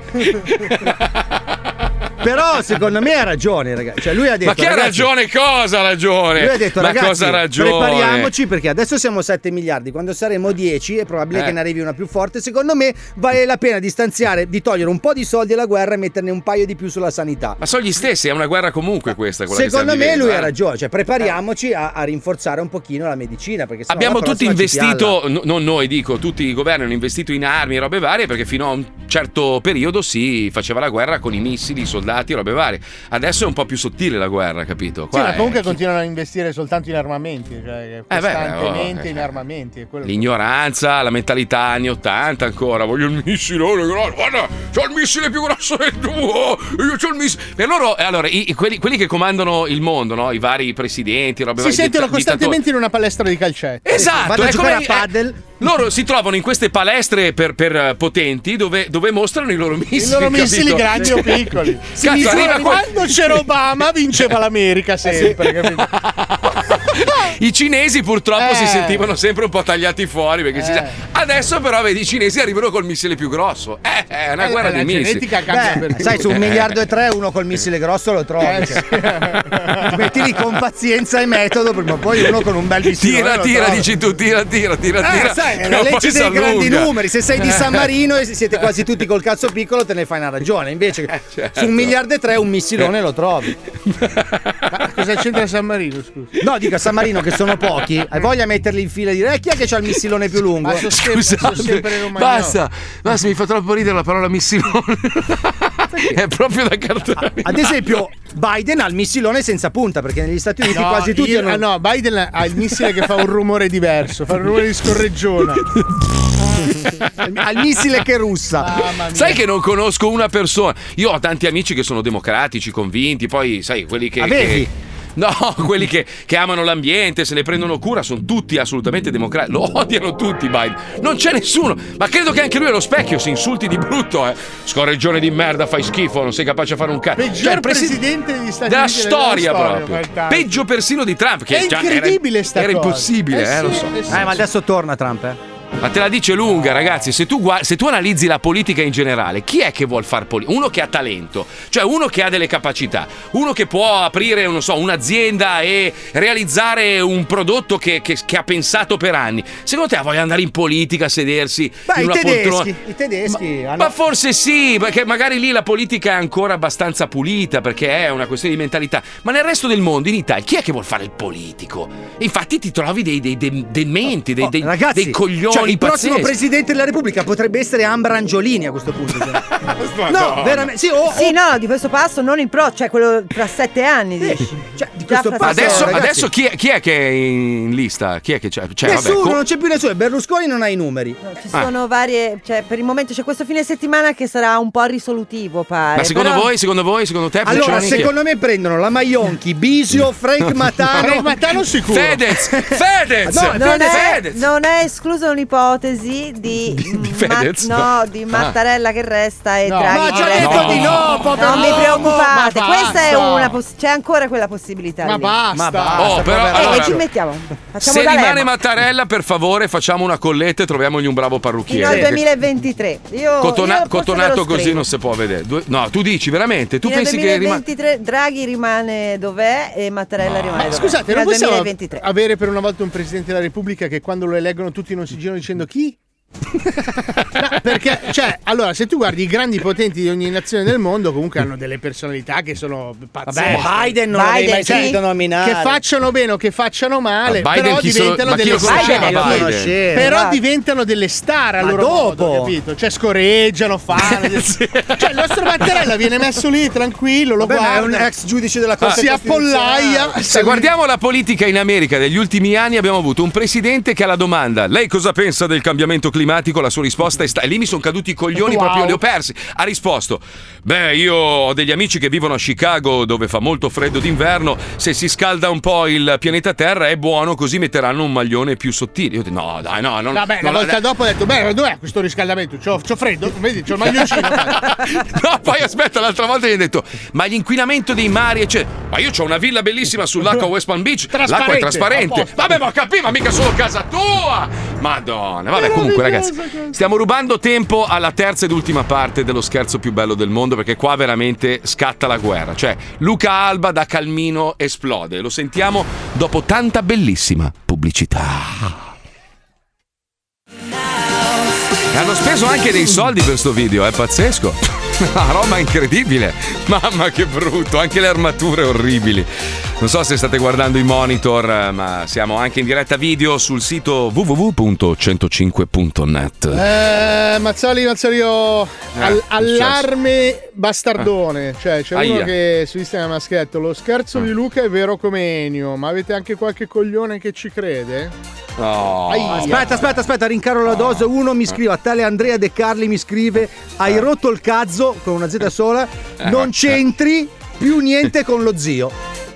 Però secondo me ha ragione, ragazzi. Cioè, lui ha detto, ma che ha ragione? Cosa ha ragione? Lui ha detto, ma ragazzi, cosa ha ragione? Prepariamoci, perché adesso siamo 7 miliardi. Quando saremo 10 è probabile che ne arrivi una più forte. Secondo me vale la pena di togliere un po' di soldi alla guerra e metterne un paio di più sulla sanità. Ma sono gli stessi, è una guerra comunque questa. Secondo me lui ha ragione. Cioè, prepariamoci a rinforzare un pochino la medicina, perché abbiamo tutti investito, non noi dico, tutti i governi hanno investito in armi e robe varie, perché fino a certo periodo si faceva la guerra con i missili, i soldati, robe varie. Adesso è un po' più sottile la guerra, capito? Sì, ma comunque continuano a investire soltanto in armamenti, cioè costantemente in armamenti. È quello l'ignoranza, la mentalità anni 80 ancora. Voglio il missilone, guarda, c'ho il missile più grosso del tuo, io c'ho il missile. Per loro, allora, quelli che comandano il mondo, no? I vari presidenti, robe si sentono costantemente in una palestra di calcetto. Esatto, è come a padel. Loro si trovano in queste palestre per potenti dove mostrano i loro missili. I loro missili grandi o piccoli. Quando c'era Obama vinceva l'America sempre, capito? I cinesi purtroppo si sentivano sempre un po' tagliati fuori perché adesso però vedi i cinesi arrivano col missile più grosso. È una guerra di missili. Sai, su 1,3 miliardi uno col missile grosso lo trovi. Ti metti lì con pazienza e metodo, prima o poi uno con un bel missile. Tira, dici tu, tira. Sai, la legge dei grandi numeri. Se sei di San Marino e siete quasi tutti col cazzo piccolo, te ne fai una ragione. Invece certo. su 1,3 miliardi un missilone lo trovi. Ma cosa c'entra San Marino, scusa? No, dico a San Marino che sono pochi. Hai voglia di metterli in fila e dire chi è che c'ha il missilone più lungo? Ma sono sempre romagnolo. Basta, mi fa troppo ridere la parola missilone. È proprio da cartone. Ad esempio, Biden ha il missilone senza punta, perché negli Stati Uniti quasi tutti no, Biden ha il missile che fa un rumore diverso, fa un rumore di scorreggiona. Ha il missile che russa. Sai che non conosco una persona. Io ho tanti amici che sono democratici, convinti, poi sai quelli che no, quelli che amano l'ambiente, se ne prendono cura, sono tutti assolutamente democratici. Lo odiano tutti Biden. Non c'è nessuno. Ma credo che anche lui allo specchio si insulti di brutto, Scorreggione di merda, fai schifo, non sei capace a fare un cazzo. Peggior presidente degli Stati della Uniti storia proprio. Peggio persino di Trump, che è incredibile era impossibile, lo so. Ma adesso torna Trump, Ma te la dice lunga, ragazzi. Se tu analizzi la politica in generale, chi è che vuol far politica? Uno che ha talento, cioè uno che ha delle capacità, uno che può aprire, non so, un'azienda e realizzare un prodotto che ha pensato per anni. Secondo te voglia andare in politica, sedersi in una poltrona? I tedeschi ma forse sì, perché magari lì la politica è ancora abbastanza pulita, perché è una questione di mentalità. Ma nel resto del mondo, in Italia, chi è che vuol fare il politico? Infatti ti trovi dei dementi, dei coglioni. Cioè, il prossimo presidente della Repubblica potrebbe essere Ambra Angiolini a questo punto. No, veramente. Sì, no, di questo passo non il cioè quello tra 7 anni. Dici. Cioè, di questo passo. Adesso chi è che è in lista? Chi è che c'è? Nessuno, non c'è più nessuno. Berlusconi non ha i numeri. No, ci sono varie. Cioè, per il momento c'è questo fine settimana che sarà un po' risolutivo, pare. Ma secondo te? Allora, secondo me prendono la Maionchi, Bisio, Frank Matano. Frank Matano sicuro. Fedez. Non è escluso un'ipotesi di Fedez? di Mattarella che resta e Draghi. Ma ci ha detto di no, povero. Non vi preoccupate, questa è c'è ancora quella possibilità. Ma basta. Però ci mettiamo. Se rimane Mattarella, per favore, facciamo una colletta e troviamogli un bravo parrucchiere. Fino al 2023. Cotonato così non si può vedere. No, tu dici veramente? Tu pensi che 2023 Draghi rimane dov'è e Mattarella rimane dov'è? Scusate, non possiamo avere per una volta un presidente della Repubblica che quando lo eleggono tutti non si girano dicendo chi? No, perché, cioè, allora, se tu guardi i grandi potenti di ogni nazione del mondo, comunque hanno delle personalità che sono pazzesche. Vabbè, Biden non l'avevi mai sentito nominare. Che facciano bene o che facciano male, però diventano delle star. Però diventano delle star a loro modo, capito? Cioè, scorreggiano, fanno. Cioè, il nostro Mattarella viene messo lì tranquillo, lo guarda. È un ex giudice della Corte si appollaia. Se guardiamo la politica in America degli ultimi anni, abbiamo avuto un presidente che alla domanda: lei cosa pensa del cambiamento climatico? La sua risposta è e lì mi sono caduti i coglioni, proprio li ho persi. Ha risposto: beh, io ho degli amici che vivono a Chicago dove fa molto freddo d'inverno, se si scalda un po' il pianeta Terra è buono, così metteranno un maglione più sottile. Io ho detto no, dai, no. Vabbè, la volta dopo ho detto: beh, dov'è questo riscaldamento? C'ho freddo, vedi, c'ho il maglioncino. No, poi aspetta, l'altra volta gli ho detto: ma l'inquinamento dei mari, eccetera. Ma io ho una villa bellissima sull'acqua West Palm Beach, l'acqua è trasparente. Vabbè, ma capì, ma mica solo casa tua. Madonna. Vabbè, comunque, ragazzi, stiamo rubando tempo alla terza ed ultima parte dello scherzo più bello del mondo, perché qua veramente scatta la guerra. Cioè, Luca Alba da Calmino esplode. Lo sentiamo dopo tanta bellissima pubblicità. Hanno speso anche dei soldi per sto video, è pazzesco. Una roba incredibile. Mamma che brutto, anche le armature orribili. Non so se state guardando i monitor, ma siamo anche in diretta video sul sito www.105.net. Mazzoli, allarme bastardone. Cioè, c'è uno che su Instagram ha scritto: lo scherzo di Luca è vero come Ennio, ma avete anche qualche coglione che ci crede? No. Aspetta, rincaro la dose. Uno mi scrive, a tale Andrea De Carli mi scrive: hai rotto il cazzo, con una Z sola, non c'entri più niente con lo zio.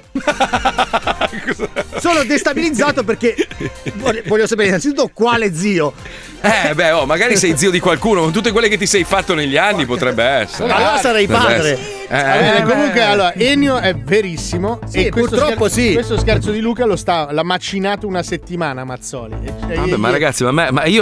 Sono destabilizzato perché voglio sapere innanzitutto quale zio. Magari sei zio di qualcuno, con tutte quelle che ti sei fatto negli anni potrebbe essere. Allora sarei padre. Comunque, allora, Ennio è verissimo. Sì, e purtroppo questo scherzo di Luca l'ha macinato una settimana, Mazzoli. Ma ragazzi, ma io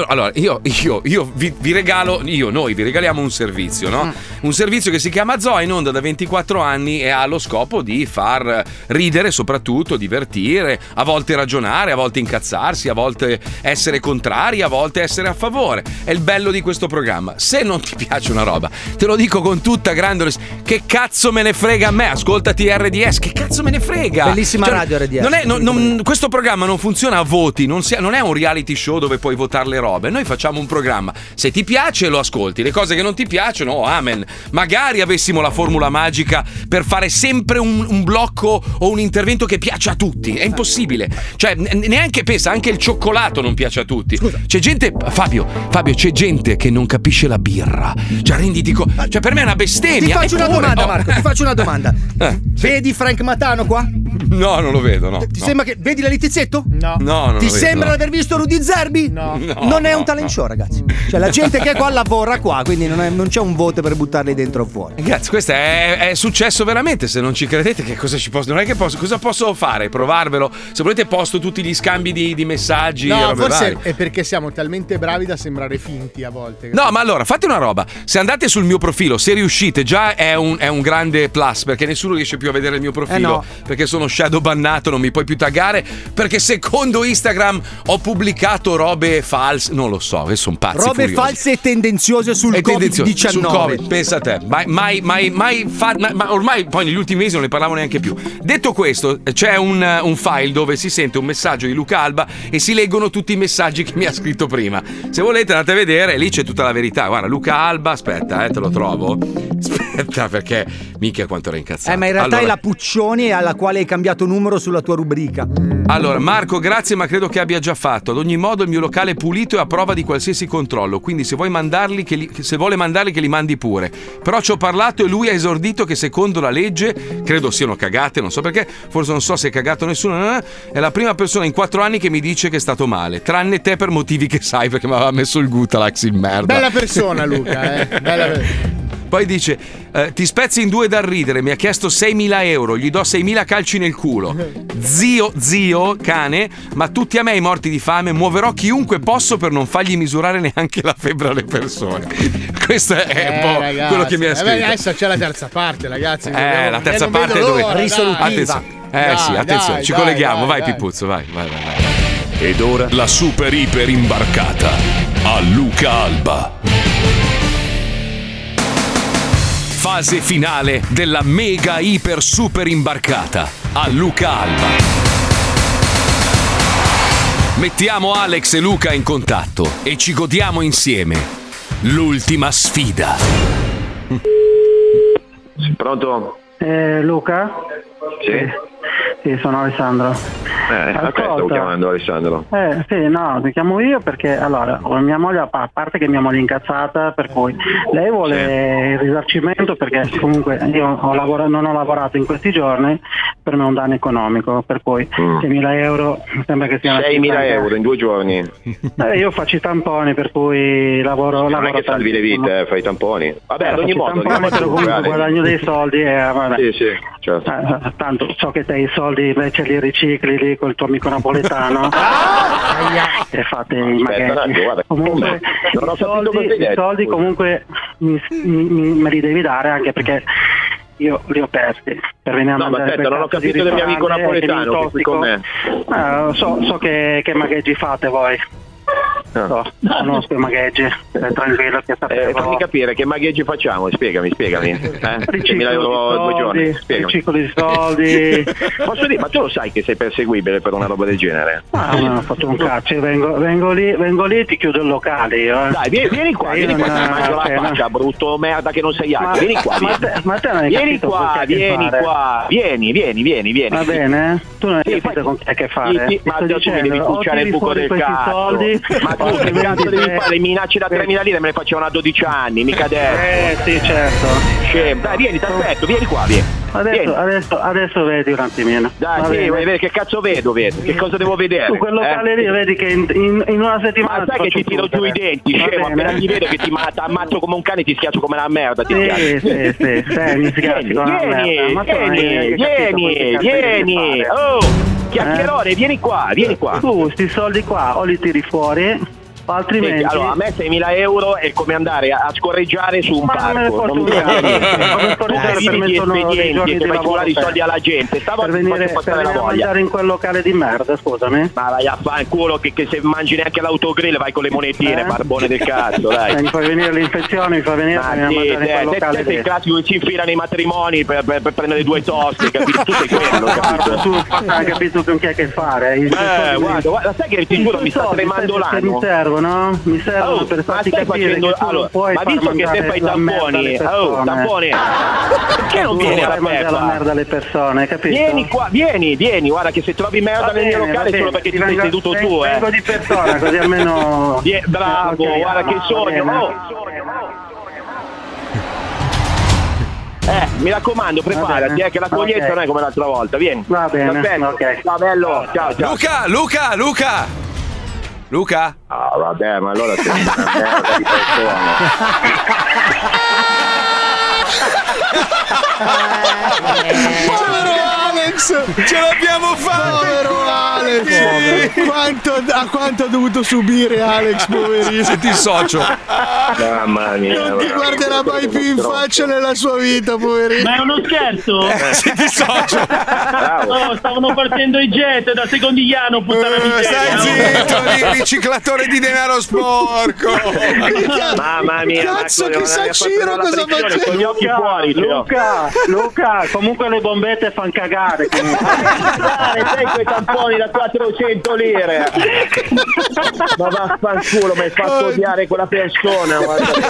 vi regalo, noi vi regaliamo un servizio, no? Un servizio che si chiama Zoe, in onda da 24 anni e ha lo scopo di far ridere, soprattutto divertire, a volte ragionare, a volte incazzarsi, a volte essere contrari, a volte essere a favore. È il bello di questo programma. Se non ti piace una roba, te lo dico con tutta grande, che cazzo me ne frega a me? Ascoltati RDS, che cazzo me ne frega? Bellissima radio RDS. Questo programma non funziona a voti, non è un reality show dove puoi votare le robe. Noi facciamo un programma, se ti piace lo ascolti, le cose che non ti piacciono, amen. Magari avessimo la formula magica per fare sempre un blocco o un intervento che piace a tutti. È impossibile. Cioè, neanche pensa, anche il cioccolato non piace a tutti. Scusa. C'è gente, Fabio, c'è gente che non capisce la birra. Cioè, cioè, per me è una bestemmia. Ti faccio una domanda, Marco, ti faccio una domanda. Vedi Frank Matano qua? No, non lo vedo, no. Ti sembra che vedi la Litizzetto? No. Non ti lo sembra vedo, di aver visto Rudy Zerbi? No. Non è un talent show, ragazzi. Cioè, la gente che è qua lavora qua, quindi non c'è un voto per buttarli dentro o fuori. Ragazzi, questo è successo veramente. Se non ci credete, che cosa ci posso? Non è che cosa posso fare? Provarvelo. Se volete posto tutti gli scambi di messaggi. No, robe forse varie. è perché siamo talmente bravi da sembrare finti a volte. No, ma allora fate una roba. Se andate sul mio profilo, se riuscite, già è un grande plus, perché nessuno riesce più a vedere il mio profilo, no. Perché sono shadow bannato, non mi puoi più taggare, perché secondo Instagram ho pubblicato robe false, non lo so, sono pazzi, robe furiosi. False e tendenziose sul Covid-19. Sul Covid, pensa a te. Ma ormai poi negli ultimi mesi non ne parlavo neanche più. Detto questo, c'è un file dove si sente un messaggio di Luca Alba e si leggono tutti i messaggi che mi ha scritto prima. Se volete andate a vedere, lì c'è tutta la verità. Guarda, Luca Alba, aspetta, te lo trovo. Aspetta, perché mica quanto era incazzato. Ma in realtà è la Puccioni alla quale hai cambiato numero sulla tua rubrica. Allora, Marco, grazie, ma credo che abbia già fatto. Ad ogni modo il mio locale è pulito e a prova di qualsiasi controllo, quindi se vuole mandarli che li mandi pure. Però ci ho parlato e lui ha esordito che secondo la legge, credo siano cagate, non so perché, forse non so se è cagato nessuno, è la prima persona in 4 anni che mi dice che è stato male, tranne te per motivi che sai, perché mi aveva messo il Gutalax in merda. Bella persona Luca, bella persona. Poi dice, ti spezzi in due dal ridere, mi ha chiesto 6.000 euro, gli do 6.000 calci nel culo. Zio, cane, ma tutti a me i morti di fame, muoverò chiunque posso per non fargli misurare neanche la febbre alle persone. Questo è un po' ragazzi, quello che mi ha scritto. Adesso c'è la terza parte, ragazzi. La terza parte è dove? Risolutiva. Attenzione, ci colleghiamo, vai Pippuzzo, vai. Ed ora la super iper imbarcata a Luca Alba. Fase finale della mega iper super imbarcata a Luca Alba. Mettiamo Alex e Luca in contatto e ci godiamo insieme l'ultima sfida. Pronto? Luca? Sì, sono Alessandro. Perché stavo chiamando Alessandro? Sì, no, ti chiamo io perché allora mia moglie, a parte che mia moglie è incazzata, per cui lei vuole il risarcimento perché comunque io non ho lavorato in questi giorni, per me è un danno economico, per cui 6.000 euro mi sembra che sia 6.000 euro in 2 giorni. Io faccio i tamponi, per cui lavoro. Non è che salvi le vite, fai i tamponi. Vabbè, ad ogni modo comunque guadagno dei soldi e vabbè. Sì, certo. Tanto so che te i soldi invece li ricicli lì col tuo amico napoletano e fate i maghetti. Comunque i soldi comunque me li devi dare, anche perché io li ho persi per venire a mangiare. Ma aspetta, non ho capito del mio amico napoletano che qui con me. So che magheggi fate voi. No, conosco i magheggi, tranquillo che sapevo. Fammi capire che magheggi facciamo, spiegami. 100.000 euro 2 giorni, riciclo di soldi. Posso dire, ma tu lo sai che sei perseguibile per una roba del genere? Non ho fatto un cazzo, vengo lì e ti chiudo il locale io. Dai, vieni qua, ti mangio la faccia, brutto merda che non sei altro. Vieni qua, ma te non hai capito vieni. Va bene? Tu non hai capito con chi è che fare. Ma tu mi devi cucciare il buco del cazzo. Soldi, ma tu che cazzo devi fare? Le minacce da 3.000 lire me le facevano a 12 anni, mica adesso. Sì, certo. Scemo. Dai, vieni, ti aspetto, vieni qua, vieni. Adesso vedi un attimino. Dai, sì, vuoi vedere che cazzo vedo? Che cosa devo vedere? Tu quel locale lì vedi che in una settimana. Ma sai che ti tiro giù i denti, scemo, appena ti vedo che ti ammazzo come un cane e ti schiaccio come una merda. Sì, mi schiacci come una merda. Vieni. Oh, chiacchierone, vieni qua. Tu sti soldi qua o li tiri fuori, altrimenti. Allora, a me 6.000 euro è come andare a scorreggiare su un parco. Non mi frega niente. Tu per gli espedienti e fai curare i soldi alla gente. Per venire a mangiare in quel locale di merda, scusami. Ma vai a fare il culo che se mangi neanche l'autogrill vai con le monetine, barbone del cazzo, dai. Mi fai venire l'infezione, mi fa venire a mangiare in quel locale. Sei il classico che si infila nei matrimoni per prendere 2 toste, capito? Tu sei quello, capito? Tu hai capito con chi è che fare. Guarda, sai che ti giuro mi sta tremando l'anno. Mi servono per farti capire che tu non puoi ma visto che te fai tamponi, perché non vieni alla la merda alle persone, capito? Vieni qua, vieni, guarda che se trovi merda nel mio locale solo perché ti sei seduto tu, vengo di persona, così almeno bravo, guarda che sogno. Mi raccomando, preparati, che la coglienza non è come l'altra volta, vieni. Va bene, ok. Va bello, ciao. Luca? Ah, vabbè, ma allora sei una merda di persona. Povero Alex, ce l'abbiamo fatta. Povero Alex, a quanto ha dovuto subire Alex, poverino. Senti il socio. Mamma mia, non ti guarderà mai più in faccia nella sua vita, poverino. Ma è uno scherzo? Senti il socio. No, stavano partendo i jet da Secondigliano, puttana miseria. Stai zitto, riciclatore di denaro sporco. Mamma mia, cazzo, che sa Ciro cosa faceva? Con gli occhi fuori, Luca, comunque le bombette fanno cagare. Sei quei tamponi da 400 lire. Ma vaffanculo, mi hai fatto odiare quella persona.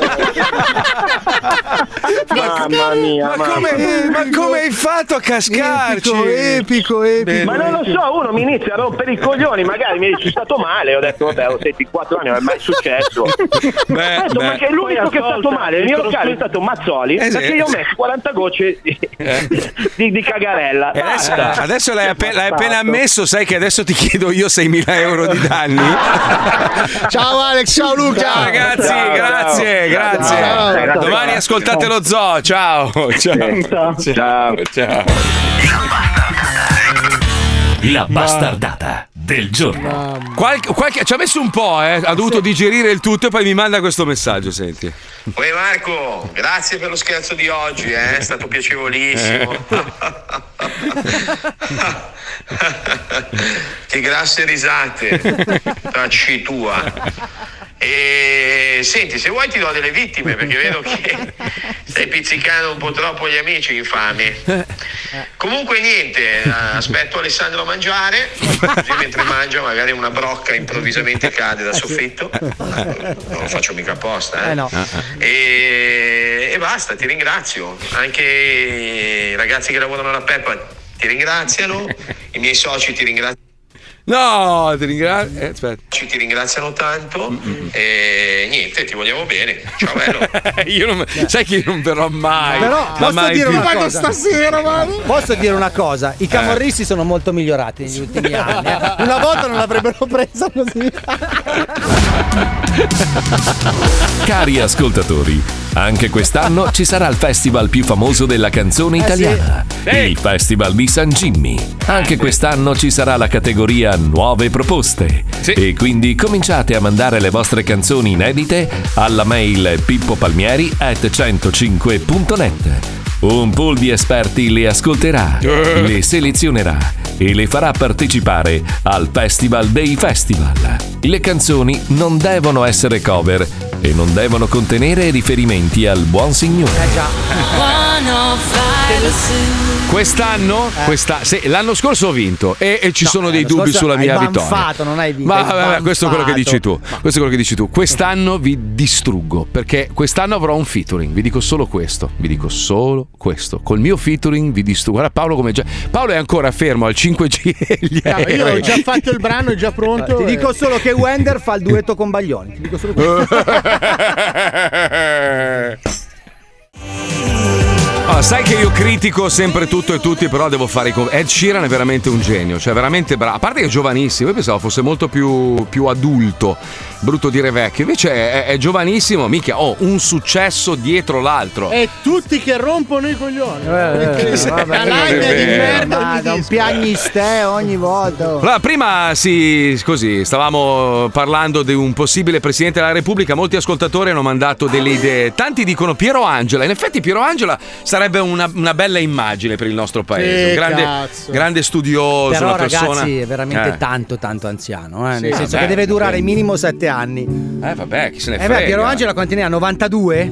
Mamma mia. Ma come hai fatto a cascarci? Epico. Ma non lo so, uno mi inizia a rompere i coglioni, magari mi dice stato male, ho detto vabbè, senti 4 anni non è mai successo. Perché l'unico che è stato male, il mio locale è stato Mazzoli, perché io ho messo 40 gocce di cagarella. Adesso l'hai appena ammesso, sai che adesso ti chiedo io 6.000 euro di danni. Ciao Alex, ciao Luca. Ciao ragazzi, grazie. Ciao. Domani ascoltate lo zoo. Ciao. La bastardata del giorno. Ci ha messo un po', ha dovuto digerire il tutto e poi mi manda questo messaggio, senti. Uè Marco, grazie per lo scherzo di oggi, è stato piacevolissimo. Che grasse risate, tracci tua. E senti, se vuoi ti do delle vittime, perché vedo che stai pizzicando un po' troppo gli amici infami. Comunque niente, aspetto Alessandro a mangiare, così mentre mangia magari una brocca improvvisamente cade dal soffitto. Non lo faccio mica apposta, no. E basta, ti ringrazio. Anche i ragazzi che lavorano alla Peppa ti ringraziano, i miei soci ti ringraziano. No, ti ringrazio. Aspetta. Ti ringraziano tanto e niente, ti vogliamo bene. Ciao bello. Sai che io non verrò mai. Però posso dire una cosa. Stasera, posso dire una cosa? I camorristi sono molto migliorati negli ultimi anni. Una volta non l'avrebbero presa così. Cari ascoltatori, anche quest'anno ci sarà il festival più famoso della canzone italiana, il Festival di San Jimmy. Anche quest'anno ci sarà la categoria Nuove Proposte. E quindi cominciate a mandare le vostre canzoni inedite alla mail pippopalmieri@105.net. Un pool di esperti le ascolterà, le selezionerà e le farà partecipare al Festival dei Festival. Le canzoni non devono essere cover e non devono contenere riferimenti al buon signore. Quest'anno, l'anno scorso ho vinto e ci sono dei dubbi sulla mia vittoria. Non hai vinto. Ma questo è quello che dici tu. Questo è quello che dici tu. Quest'anno vi distruggo perché quest'anno avrò un featuring. Vi dico solo questo. Col mio featuring vi distruggo. Guarda Paolo come già. Paolo è ancora fermo al 5G. Io ho già fatto il brano, è già pronto. Ti dico solo che Wender fa il duetto con Baglioni. Ti dico solo questo. Sai che io critico sempre tutto e tutti, però devo fare Ed Sheeran è veramente un genio, cioè veramente bravo. A parte che è giovanissimo, io pensavo fosse molto più adulto, brutto dire vecchio, invece è giovanissimo, mica un successo dietro l'altro. E tutti che rompono i coglioni. Canaglia di merda, non piagni ste ogni volta. Allora, prima stavamo parlando di un possibile Presidente della Repubblica, molti ascoltatori hanno mandato delle idee, tanti dicono Piero Angela, in effetti Piero Angela sarebbe una bella immagine per il nostro paese, un grande studioso, però, una persona. Ragazzi, è veramente tanto anziano, nel senso che deve durare minimo 7 anni. Vabbè, chi se ne frega. Piero Angela quanti ne ha? 92?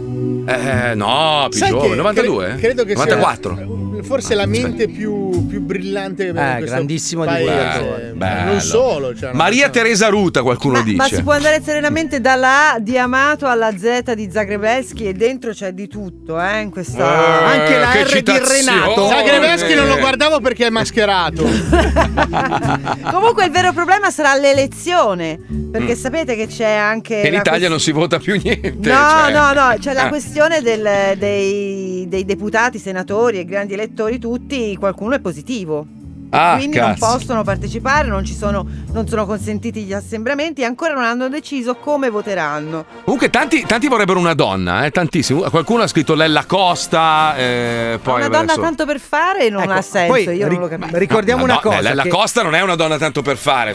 No, più giovane, 92? Credo che 94. sia forse la mente più brillante che grandissimo paese. Bello. Non solo, Maria Teresa Ruta, qualcuno dice. Ma si può andare serenamente dalla A di Amato alla Z di Zagrebelsky e dentro c'è di tutto, in questa. Anche la R di Renato. Zagrebelsky non lo guardavo perché è mascherato. Comunque il vero problema sarà l'elezione, perché sapete che c'è anche in Italia non si vota più niente. No, c'è la questione dei deputati, senatori e grandi elettori, tutti, qualcuno è positivo. Quindi non possono partecipare, non sono consentiti gli assembramenti e ancora non hanno deciso come voteranno. Comunque tanti vorrebbero una donna, tantissimo. Qualcuno ha scritto Lella Costa, poi una donna tanto per fare non ha senso, poi, io non lo capisco. Ricordiamo una cosa, Lella Costa non è una donna tanto per fare,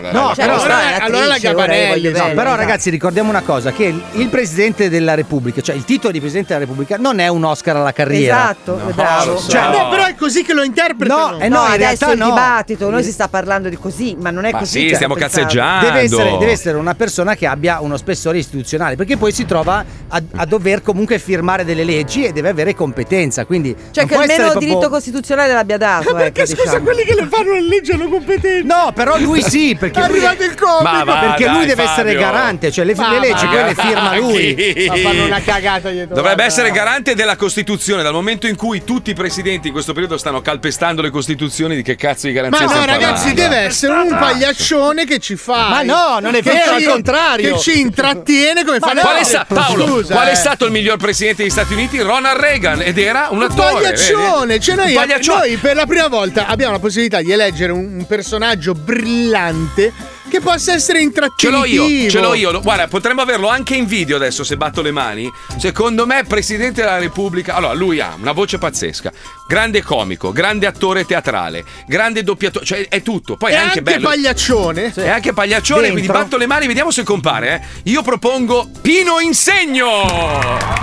allora la Gabanelli. Però ragazzi, ricordiamo una cosa, che il Presidente della Repubblica, cioè il titolo di Presidente della Repubblica non è un Oscar alla carriera. Esatto, bravo. Però è così che lo interpretano. No, in realtà il dibattito, noi si sta parlando di così, ma non è così. Sì, stiamo cazzeggiando. Deve essere una persona che abbia uno spessore istituzionale, perché poi si trova a dover comunque firmare delle leggi e deve avere compenza. Quindi che almeno il diritto costituzionale l'abbia dato. Perché scusa, quelli che le fanno le leggi hanno competenza. No, però lui sì, perché è arrivato il comico. Perché lui deve essere garante, cioè le leggi poi le firma lui. Ma fanno una cagata dietro. Dovrebbe essere garante della Costituzione, dal momento in cui tutti i presidenti in questo periodo stanno calpestando le Costituzioni, di che cazzo di garanzia stiamo parlando? Ragazzi, deve essere un pagliaccione che ci fa. Ma no, non è vero, al contrario. Che ci intrattiene come fa. Paolo, qual è stato il miglior presidente degli Stati Uniti? Ronald Reagan, ed era un attore. Pagliaccione. Cioè noi per la prima volta abbiamo la possibilità di eleggere un personaggio brillante che possa essere intrattenitivo. Ce l'ho io. Guarda, potremmo averlo anche in video adesso se batto le mani. Secondo me, Presidente della Repubblica. Allora, lui ha una voce pazzesca, grande comico, grande attore teatrale, grande doppiatore, cioè è tutto. Poi è anche bello. Pagliaccione. È anche pagliaccione, quindi batto le mani, vediamo se compare. Io propongo Pino Insegno.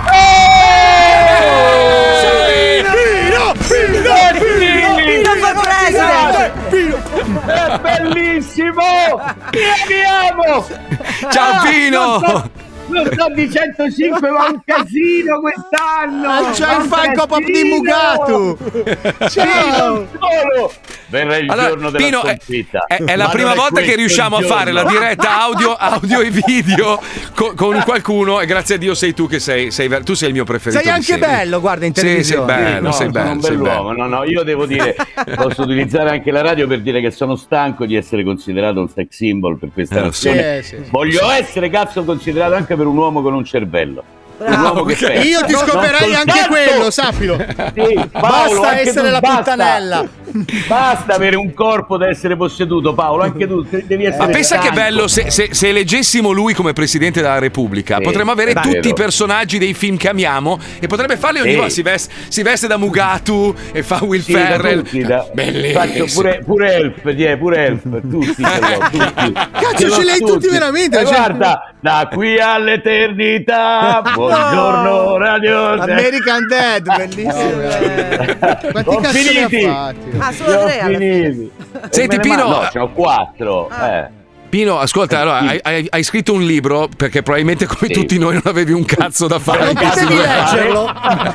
Pino, è bellissimo! Ti amo! Ciao Pino! Non so di 105, ma un casino quest'anno! C'è il Funko Pop di Mugatu! Ciao! Verrà il giorno della Pino, sconfitta. È la prima volta che riusciamo a fare la diretta audio e video con qualcuno, e grazie a Dio sei tu che sei tu sei il mio preferito. Sei anche bello, guarda, in televisione. Sei bello. Sono un bell'uomo. No, io devo dire, posso utilizzare anche la radio per dire che sono stanco di essere considerato un sex symbol per questa nazione. Voglio essere considerato anche per un uomo con un cervello. Io ti scoperei anche quello, sappilo. Sì, Paolo, basta essere la puttanella. Basta avere un corpo da essere posseduto, Paolo. Anche tu devi essere. Ma pensa stanco. che bello se eleggessimo lui come Presidente della Repubblica. Potremmo avere tutti i personaggi dei film che amiamo e potrebbe farli ogni volta. Si veste da Mugatu e fa Will Ferrell. Bellissimo. Faccio pure Elf, tutti. Cazzo, ce li hai tutti veramente. Guarda, da qui all'eternità. Buongiorno Radio American Dad, bellissimo. Sono finiti. solo 3 alla fine. Senti Pino, no, ce n'ho 4. Pino, ascolta, allora hai scritto un libro perché probabilmente come tutti noi non avevi un cazzo da fare. Non potevi leggerlo?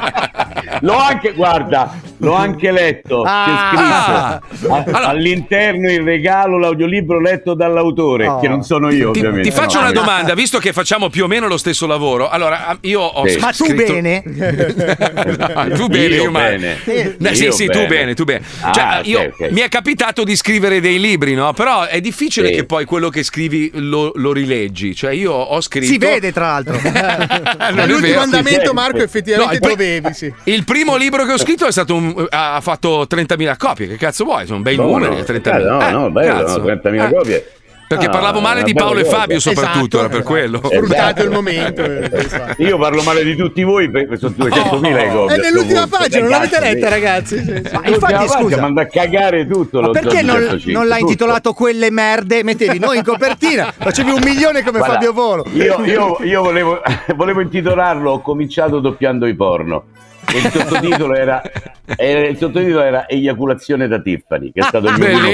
L'ho anche letto. C'è scritto all'interno il regalo, l'audiolibro letto dall'autore, che non sono io, ovviamente. Ti faccio una domanda, visto che facciamo più o meno lo stesso lavoro. Allora, io ho Ma tu scritto... bene? Tu bene, io bene. Sì, tu bene. Cioè, mi è capitato di scrivere dei libri, no? Però è difficile che poi quello che scrivi lo rileggi. Cioè, io ho scritto. Si vede, tra l'altro. L'ultimo andamento, Marco, effettivamente dovevi. Sì. Il primo libro che ho scritto è stato ha fatto 30.000 copie. Che cazzo vuoi? Sono bei numeri. 30.000. No, bello, 30.000 copie. Perché parlavo male di Paolo e Fabio, soprattutto, era per quello. Sfruttate il momento. Io parlo male di tutti voi perché sono 200.000 copie. È nell'ultima pagina, non l'avete letta, ragazzi. Ma infatti, scusa, manda a cagare tutto. Ma perché non l'hai intitolato Quelle merde? Mettevi noi in copertina, facevi 1 milione come Fabio Volo. Io volevo intitolarlo Ho cominciato doppiando i porno. E il sottotitolo era Eiaculazione da Tiffany, che è stato il mio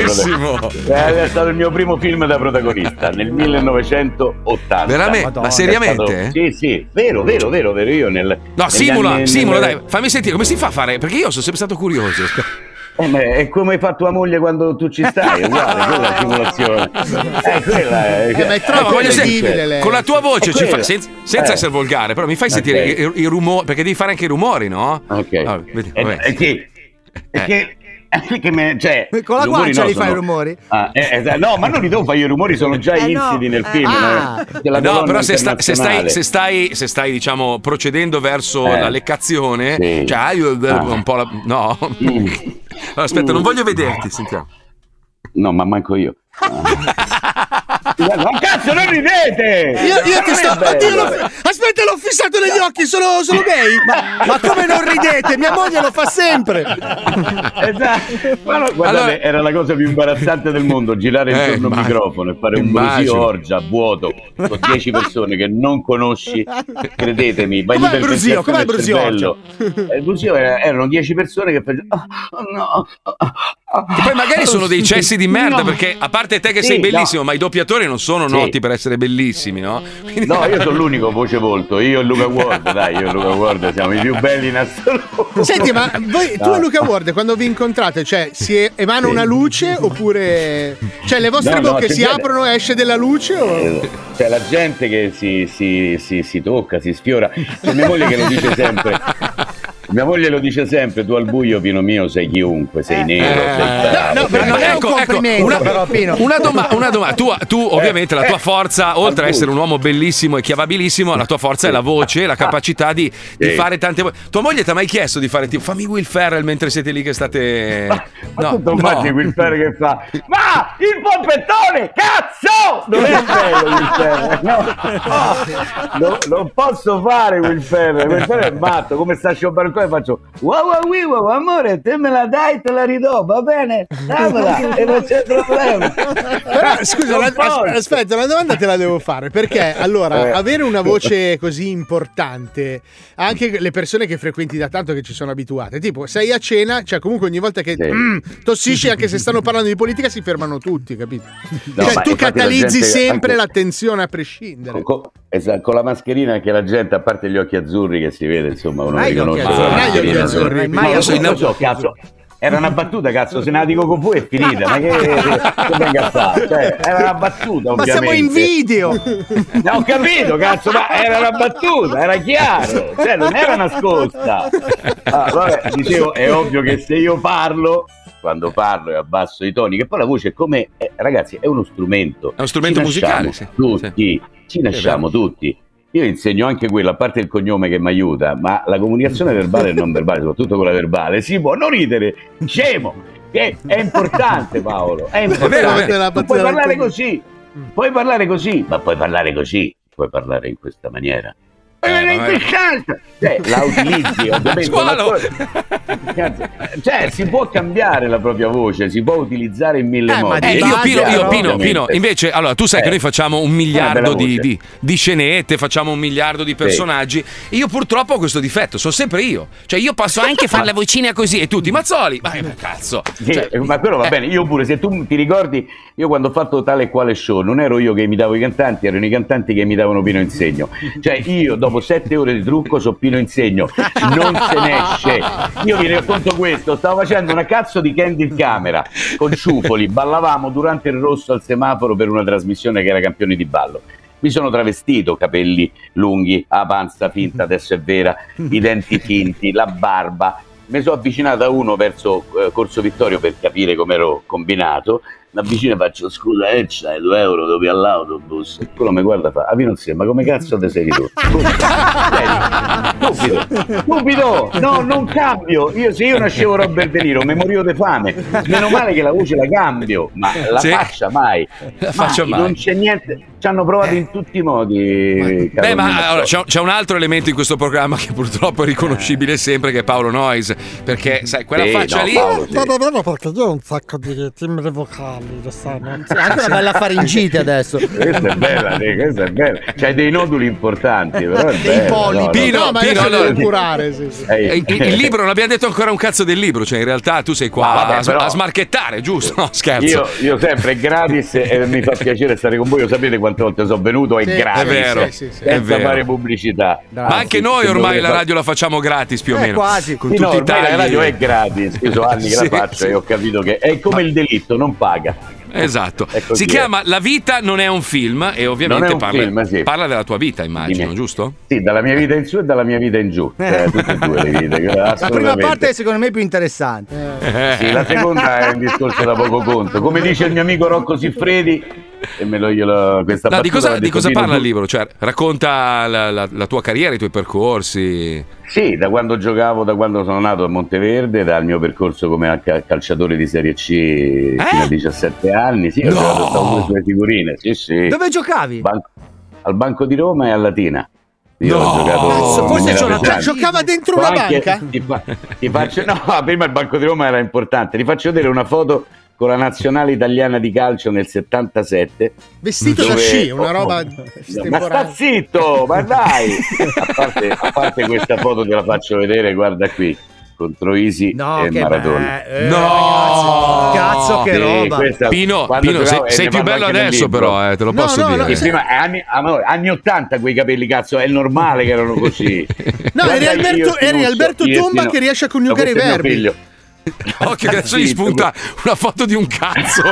primo film da protagonista nel 1980. Veramente? Madonna. Ma seriamente? Sì, vero. Io simula, dai, fammi sentire come si fa a fare, perché io sono sempre stato curioso. È come hai fatto la moglie quando tu ci stai, è uguale, quella è la simulazione. Quella è. Ma è troppo credibile lei. Con la tua voce ci fa, senza essere volgare, però mi fai sentire i rumori, perché devi fare anche i rumori, no? Ok. Con la guancia li fai i rumori? No, ma non li devo fare io, i rumori sono già insiti nel film. No, però se stai diciamo procedendo verso la leccazione, cioè io un po' no. Allora, aspetta, non voglio vederti, sentiamo. No, ma manco io. No, cazzo, non ridete! Io ti sto. Aspetta, l'ho fissato negli occhi, sono gay. Ma come non ridete? Mia moglie lo fa sempre. Esatto. Guardate, era la cosa più imbarazzante del mondo, girare intorno al microfono e fare un brusio orgia vuoto con 10 persone che non conosci. Credetemi, vai com'è il brusio? Com'è il brusio orgia? Il brusio erano 10 persone che facevano che poi magari sono dei cessi di merda, perché a parte te che sei bellissimo, ma i doppiatori non sono noti per essere bellissimi, no? Quindi... No, io sono l'unico voce volto, io e Luca Ward, siamo i più belli in assoluto. Senti, ma voi, tu e Luca Ward, quando vi incontrate, cioè si emana una luce oppure cioè le vostre bocche si aprono e esce della luce o... C'è la gente che si tocca, si sfiora. C'è mia moglie che lo dice sempre. Mia moglie lo dice sempre, tu al buio, Pino mio, sei chiunque, sei nero, sei bravo. No, però non è un complimento, però, Pino. Una domanda. Tu ovviamente la tua forza, oltre a essere un uomo bellissimo e chiavabilissimo, la tua forza è la voce, la capacità di fare tante voci. Tua moglie ti ha mai chiesto di fare tipo fammi Will Ferrell mentre siete lì che state... Ma tu non immagini Will Ferrell che fa ma il polpettone, cazzo! Non è bello Will Ferrell, no, non posso fare Will Ferrell è matto, come sta scioppando e faccio wow, amore, te me la dai, te la ridò, va bene? Dammela e non c'è problema. Però scusa, aspetta, una domanda te la devo fare, perché allora avere una voce così importante, anche le persone che frequenti da tanto che ci sono abituate, tipo sei a cena, cioè comunque ogni volta che tossisci, anche se stanno parlando di politica, si fermano tutti, capito? No, cioè tu catalizzi sempre anche... l'attenzione a prescindere. Esatto, con la mascherina anche la gente, a parte gli occhi azzurri che si vede, insomma, uno riconosce. Lo so, cazzo. Era una battuta, cazzo, se ne la dico con voi è finita, ma che venga a fare? Cioè, era una battuta, ovviamente. Ma siamo in video! Ho capito, cazzo, ma era una battuta, era chiaro, cioè non era nascosta. Vabbè, dicevo, è ovvio che se io parlo, quando parlo e abbasso i toni, che poi la voce è come, ragazzi, è uno strumento. È uno strumento musicale, sì. Ci nasciamo tutti. Io insegno anche quello, a parte il cognome che mi aiuta, ma la comunicazione verbale e non verbale, soprattutto quella verbale, si può non ridere, scemo, che è importante, Paolo, è importante. Puoi parlare così, ma puoi parlare in questa maniera. La utilizzi ovviamente. Cioè, si può cambiare la propria voce, si può utilizzare in mille modi. Io Pino, invece, allora tu sai che noi facciamo 1 miliardo di scenette, facciamo 1 miliardo di personaggi. E io purtroppo ho questo difetto, sono sempre io. Cioè, io posso anche fare la vocina così e tutti Mazzoli. Ma cazzo. Ma quello va bene. Io pure, se tu ti ricordi, io quando ho fatto Tale e Quale Show, non ero io che imitavo i cantanti, erano i cantanti che imitavano Pino Insegno. Cioè, io dopo 7 ore di trucco so Pino Insegno, non se ne esce. Io vi racconto questo, stavo facendo una cazzo di candid camera con Ciufoli, ballavamo durante il rosso al semaforo per una trasmissione che era Campioni di ballo. Mi sono travestito, capelli lunghi, la panza finta, adesso è vera, i denti finti, la barba. Mi sono avvicinato a uno verso Corso Vittorio per capire come ero combinato. Mi avvicino e faccio: scusa, c'hai 2 euro dopo all'autobus? E quello mi guarda e fa: a non sei, ma come cazzo te sei ridotto? Stupido! No, non cambio. Se io nascevo Robert De Niro mi morivo di fame. Meno male che la voce la cambio, ma la faccia mai. Non c'è niente. Ci hanno provato in tutti i modi. Ma allora, c'è un altro elemento in questo programma che purtroppo è riconoscibile sempre, che è Paolo Noyes, perché sai, quella faccia lì. Perché io ho un sacco di timbre vocali. Anche una bella faringite adesso. Questa è bella. C'hai dei noduli importanti, però è dei polipi. Pino, allora curare. Il libro, non abbiamo detto ancora un cazzo del libro, cioè in realtà tu sei qua a smarchettare, giusto? No, scherzo. Io sempre gratis e mi fa piacere stare con voi. Lo sapete quante volte sono venuto, è gratis. È vero, senza fare pubblicità. Ma anche noi ormai la radio la facciamo gratis più o meno. Quasi. Con tutti i tagli. La radio è gratis. Io so anni che la faccio e ho capito che è come il delitto, non paga. Esatto, si chiama La vita non è un film e ovviamente parla della tua vita, immagino, giusto? Sì, dalla mia vita in su e dalla mia vita in giù, cioè tutte e due le vite. La prima parte è secondo me più interessante. Sì, la seconda è un discorso da poco conto. Come dice il mio amico Rocco Siffredi, e me lo questa di cosa parla il libro? Cioè, racconta la tua carriera, i tuoi percorsi. Sì, da quando giocavo, da quando sono nato a Monteverde, dal mio percorso come calciatore di Serie C fino a 17 anni. Sì, ho giocato le sue figurine. Sì. Dove giocavi? Al Banco di Roma e a Latina. Io ho giocato. Forse giocava dentro una banca? Ti faccio, prima il Banco di Roma era importante. Ti faccio vedere una foto con la nazionale italiana di calcio nel 77, vestito da sci, una roba ma sta zitto, ma dai. a parte questa foto te la faccio vedere, guarda qui, contro Isi e Maradona. Cazzo che roba. Pino sei più bello adesso, però te lo posso dire. Prima anni 80 quei capelli, cazzo, è normale che erano così. eri Alberto Tomba che riesce a coniugare i verbi. Occhio che adesso gli spunta una foto di un cazzo.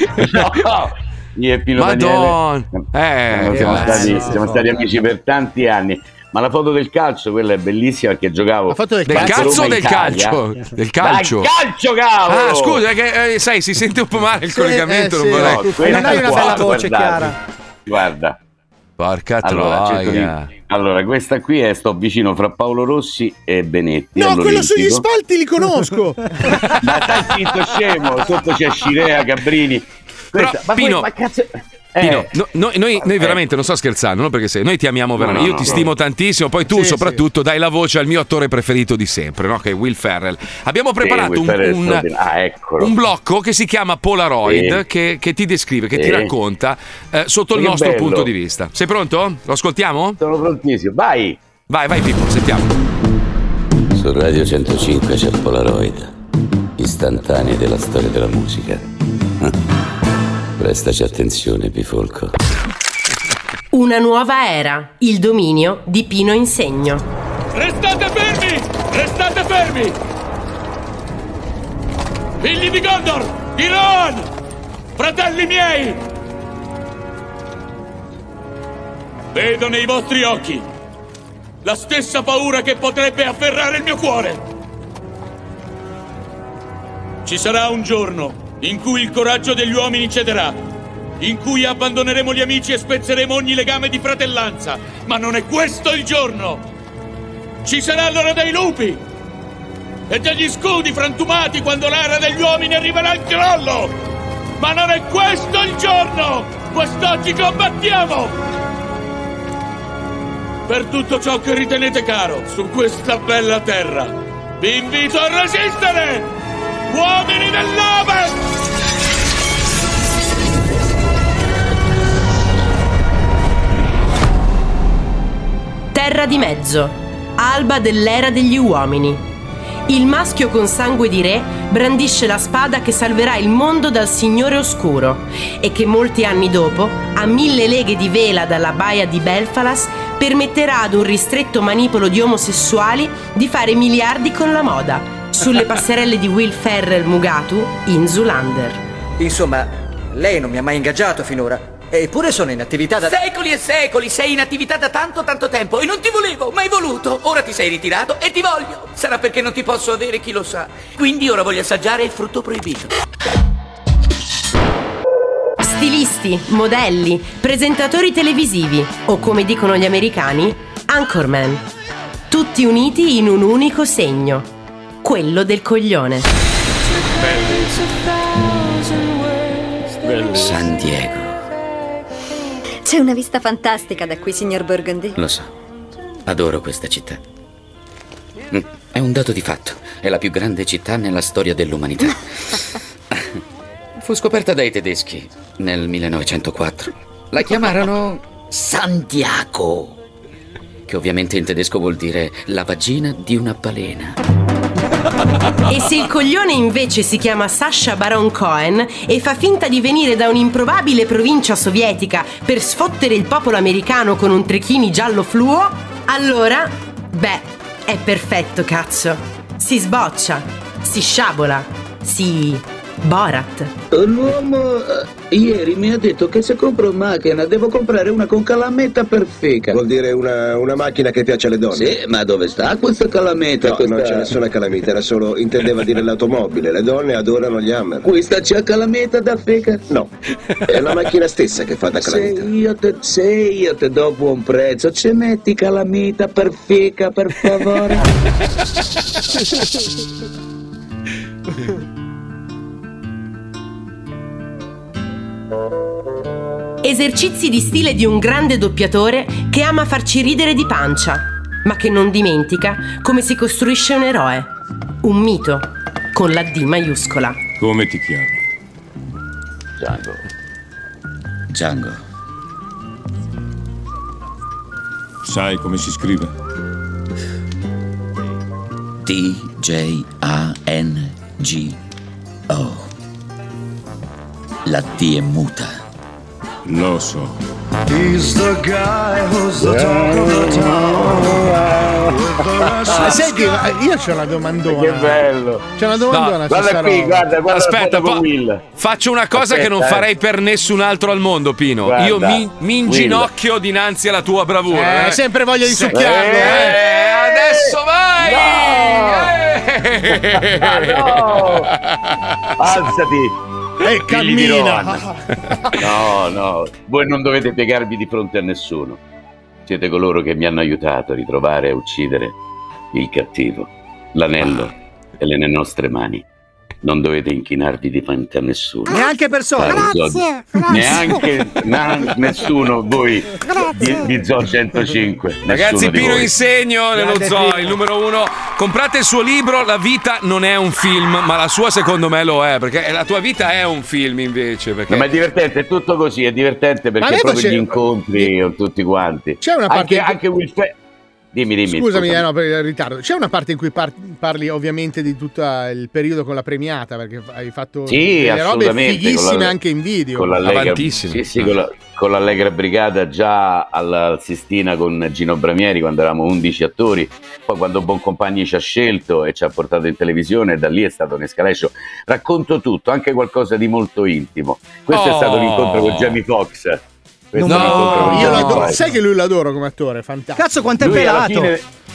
Io e Pino Daniele siamo stati amici per tanti anni. Ma la foto del calcio, quella è bellissima, perché giocavo del calcio o del calcio? Del calcio. Cavolo! Ah, scusa, che sai, si sente un po' male il collegamento. Non hai una bella voce, Chiara. Guarda. Porca troia. Allora, questa qui sto vicino fra Paolo Rossi e Benetti. No, quello sugli spalti li conosco. Ma stai zitto, scemo. Sotto c'è Scirea, Gabrini. Questa, però, Pino, ma cazzo. Pino, noi veramente, non sto scherzando, no? Perché noi ti amiamo veramente, io ti stimo tantissimo, poi tu soprattutto dai la voce al mio attore preferito di sempre, no? Che è Will Ferrell. Abbiamo preparato un blocco che si chiama Polaroid, che ti descrive, che ti racconta sotto il nostro punto di vista. Sei pronto? Lo ascoltiamo? Sono prontissimo, vai Pippo, sentiamo. Su Radio 105 c'è Polaroid, istantanei della storia della musica. Prestaci attenzione, Bifolco. Una nuova era, il dominio di Pino Insegno. Restate fermi! Figli di Gondor, di Rohan, fratelli miei! Vedo nei vostri occhi la stessa paura che potrebbe afferrare il mio cuore. Ci sarà un giorno in cui il coraggio degli uomini cederà, in cui abbandoneremo gli amici e spezzeremo ogni legame di fratellanza, ma non è questo il giorno! Ci sarà l'ora dei lupi e degli scudi frantumati quando l'era degli uomini arriverà al crollo, ma non è questo il giorno! Quest'oggi combattiamo! per tutto ciò che ritenete caro su questa bella terra. Vi invito a resistere, uomini dell'Ovest! Terra di mezzo, alba dell'era degli uomini. Il maschio con sangue di re brandisce la spada che salverà il mondo dal Signore Oscuro e che molti anni dopo, a 1000 leghe di vela dalla baia di Belfalas, permetterà ad un ristretto manipolo di omosessuali di fare miliardi con la moda, sulle passerelle di Will Ferrell Mugatu in Zoolander. Insomma, lei non mi ha mai ingaggiato finora. Eppure sono in attività da... Secoli e secoli, sei in attività da tanto tempo e non ti volevo, mai voluto. Ora ti sei ritirato e ti voglio. Sarà perché non ti posso avere, chi lo sa. Quindi ora voglio assaggiare il frutto proibito. Stilisti, modelli, presentatori televisivi o, come dicono gli americani, anchorman. Tutti uniti in un unico segno, quello del coglione. San Diego. C'è una vista fantastica da qui, signor Burgundy. Lo so, adoro questa città. È un dato di fatto, è la più grande città nella storia dell'umanità. Fu scoperta dai tedeschi nel 1904. La chiamarono Santiago, che ovviamente in tedesco vuol dire la vagina di una balena. E se il coglione invece si chiama Sacha Baron Cohen e fa finta di venire da un'improbabile provincia sovietica per sfottere il popolo americano con un trichini giallo fluo, allora, beh, è perfetto, cazzo. Si sboccia, si sciabola, si... Borat. L'uomo ieri mi ha detto che se compro macchina devo comprare una con calametta perfetta. Vuol dire una macchina che piace alle donne? Sì, ma dove sta questa calametta? No, non c'è nessuna calamita, era solo, intendeva dire l'automobile. Le donne adorano gli Hammer. Questa c'è calametta da feca? No, è la macchina stessa che fa da calamita. Se io te do buon prezzo, ci metti calamita per feca, per favore. Esercizi di stile di un grande doppiatore che ama farci ridere di pancia, ma che non dimentica come si costruisce un eroe, un mito, con la D maiuscola. Come ti chiami? Django. Sai come si scrive? D-J-A-N-G-O. La D è muta. Lo so. He's the guy who's the talk of the town. Senti, io c'ho una domandona. Che bello. C'è una domandona. No, guarda qui, guarda. Aspetta, faccio una cosa che non farei per nessun altro al mondo, Pino. Guarda, io mi inginocchio dinanzi alla tua bravura. Sempre voglia di succhiarlo. Adesso vai! No! Alzati! E cammina! No, voi non dovete piegarvi di fronte a nessuno. Siete coloro che mi hanno aiutato a ritrovare e a uccidere il cattivo. L'anello è nelle nostre mani. Non dovete inchinarvi di fronte a nessuno. Neanche persone. Grazie. Neanche nessuno voi di Zoo 105. Ragazzi, Pino voi. Insegno nello Zoo, il numero 1. Comprate il suo libro La vita non è un film, ma la sua secondo me lo è, perché la tua vita è un film invece. Perché... No, ma è divertente, è tutto così, è divertente perché proprio gli incontri con tutti quanti. C'è una parte anche Will Ferrell. Dimmi. Scusami, no, per il ritardo. C'è una parte in cui parli ovviamente di tutto il periodo con la premiata, perché hai fatto delle robe fighissime anche in video. Con con l'Allegra Brigata già al Sistina con Gino Bramieri quando eravamo 11 attori. Poi quando Boncompagni ci ha scelto e ci ha portato in televisione, da lì è stato un'escalation. Racconto tutto, anche qualcosa di molto intimo. Questo è stato l'incontro con Jamie Foxx. Io lo adoro. Sai che lui lo adoro come attore, fantastico. Cazzo, quanto è pelato!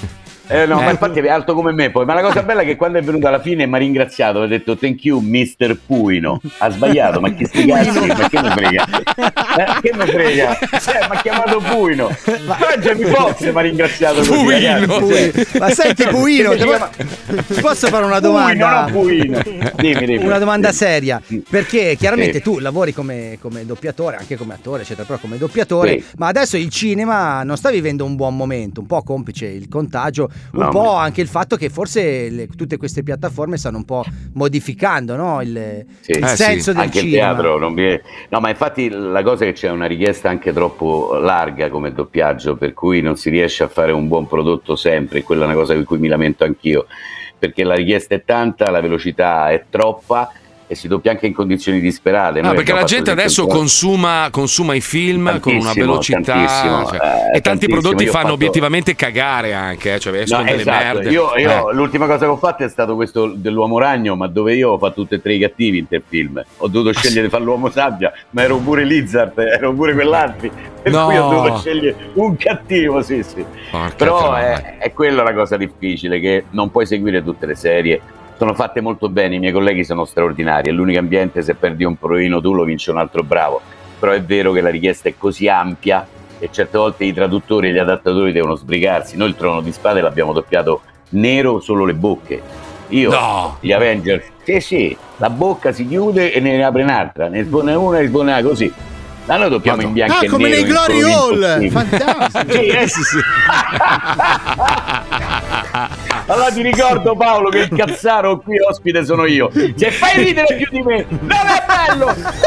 No, ma infatti è alto come me poi. Ma la cosa bella è che quando è venuto alla fine mi ha ringraziato, ha detto thank you Mr. Puino. Ha sbagliato, ma chi sti cazzi? Ma che mi frega? Che mi frega? Mi ha chiamato Puino. Mangiami Fox mi ha ringraziato così, ragazzi. Ma senti Puino, ti posso fare una domanda? Puino. Dimmi. Una domanda seria, perché chiaramente tu lavori come doppiatore, anche come attore, eccetera, però come doppiatore, ma adesso il cinema non sta vivendo un buon momento, un po' complice il contagio, un po' anche il fatto che forse tutte queste piattaforme stanno un po' modificando, no? il senso del anche cinema. Il teatro non viene... No, ma infatti la cosa è che c'è una richiesta anche troppo larga come doppiaggio, per cui non si riesce a fare un buon prodotto sempre, e quella è una cosa di cui mi lamento anch'io, perché la richiesta è tanta, la velocità è troppa e si doppia anche in condizioni disperate. No, perché la gente adesso consuma i film con una velocità, e tanti prodotti fanno obiettivamente cagare anche, cioè escono delle merde. Io l'ultima cosa che ho fatto è stato questo dell'Uomo Ragno, ma dove io ho fatto tutti e tre i cattivi in tre film. Ho dovuto scegliere di fare l'Uomo Sabbia, ma ero pure Lizard, ero pure quell'altro, per cui ho dovuto scegliere un cattivo, sì. Però è quella la cosa difficile, che non puoi seguire tutte le serie. Sono fatte molto bene, i miei colleghi sono straordinari, è l'unico ambiente, se perdi un provino tu lo vince un altro bravo, però è vero che la richiesta è così ampia e certe volte i traduttori e gli adattatori devono sbrigarsi. Noi il Trono di Spade l'abbiamo doppiato nero, solo le bocche. Gli Avengers, sì, la bocca si chiude e ne apre un'altra, ne espone una e espone una, così. Ma noi doppiamo in bianco e nero. Come nei Glory Hall! Fantastico! Sì. Allora ti ricordo, Paolo, che il cazzaro qui ospite sono io. Se fai ridere più di me, non è bello,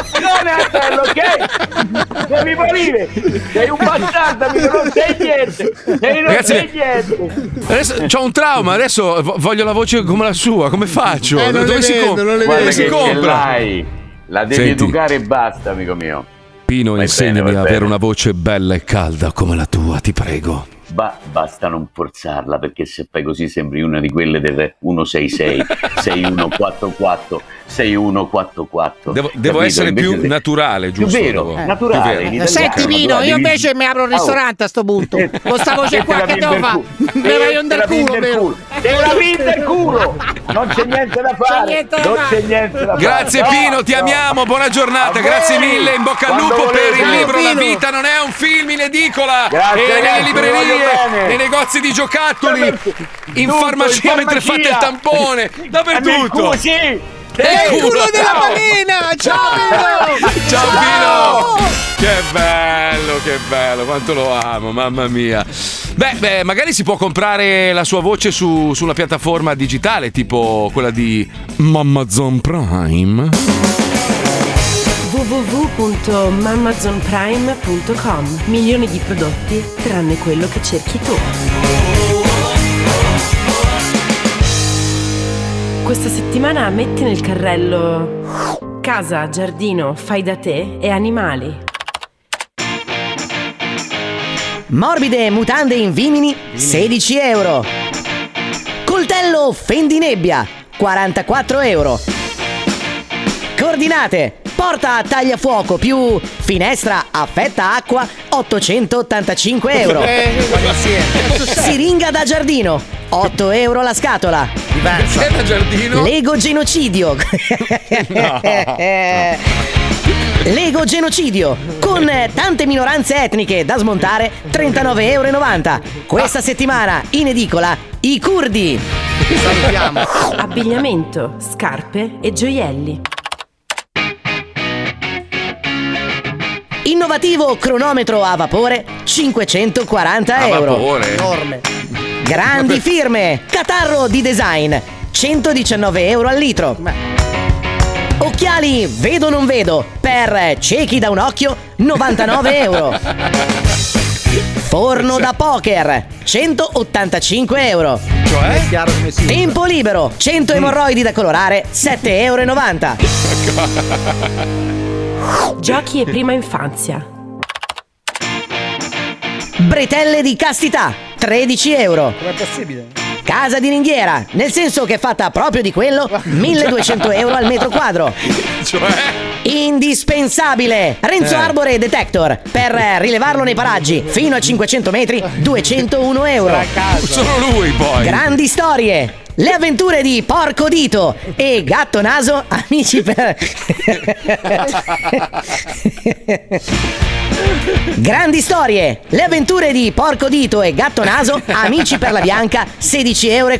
ok? Devi morire. Sei un bastardo, non sei niente. Ragazzi, adesso c'ho un trauma, adesso voglio la voce come la sua, come faccio? Dove si compra? La devi educare e basta, amico mio. Pino, insegnami ad avere una voce bella e calda come la tua, ti prego. Basta non forzarla, perché se fai così sembri una di quelle del 166 6144 6144. Devo essere più naturale, giusto? Più vero, naturale. Senti Pino, io invece mi apro un ristorante a sto punto. Con sta voce qua che devo fare? Me vai under culo, vero? Te la vinta il culo! Non c'è niente da fare. Grazie Pino, ti amiamo, buona giornata, grazie mille, in bocca al lupo per il libro La vita non è un film in edicola e nelle librerie, nei negozi di giocattoli, in farmacia mentre fate il tampone, dappertutto. Il culo della balena! Ciao Pino! Che bello, quanto lo amo, mamma mia. Beh, magari si può comprare la sua voce su una piattaforma digitale, tipo quella di Amazon Prime. www.amazonprime.com. Milioni di prodotti tranne quello che cerchi tu. Questa settimana metti nel carrello casa, giardino, fai da te e animali. Morbide mutande in vimini, 16 euro. Coltello Fendinebbia, 44 euro. Coordinate, porta a tagliafuoco più finestra affetta acqua, 885 euro. Siringa da giardino, 8 euro la scatola. Perché da giardino? Lego genocidio. No. Lego genocidio con tante minoranze etniche da smontare, 39,90 euro. Questa settimana in edicola i curdi. Salutiamo. Abbigliamento, scarpe e gioielli. Innovativo cronometro a vapore, 540 euro. Vapore. Enorme. Grandi firme, catarro di design, 119 euro al litro. Occhiali vedo non vedo per ciechi da un occhio, 99 euro. Forno da poker, 185 euro. Cioè? Tempo libero, 100 emorroidi da colorare, 7,90 euro. Giochi e prima infanzia. Bretelle di castità, 13 euro. Com'è possibile? Casa di ringhiera, nel senso che è fatta proprio di quello, 1.200 euro al metro quadro. Cioè? Indispensabile! Renzo Arbore Detector, per rilevarlo nei paraggi fino a 500 metri, 201 euro. Solo lui poi. Grandi storie! Le avventure di Porco Dito e Gatto Naso, amici per... Grandi storie! Le avventure di Porco Dito e Gatto Naso, amici per la Bianca, 16,40 euro.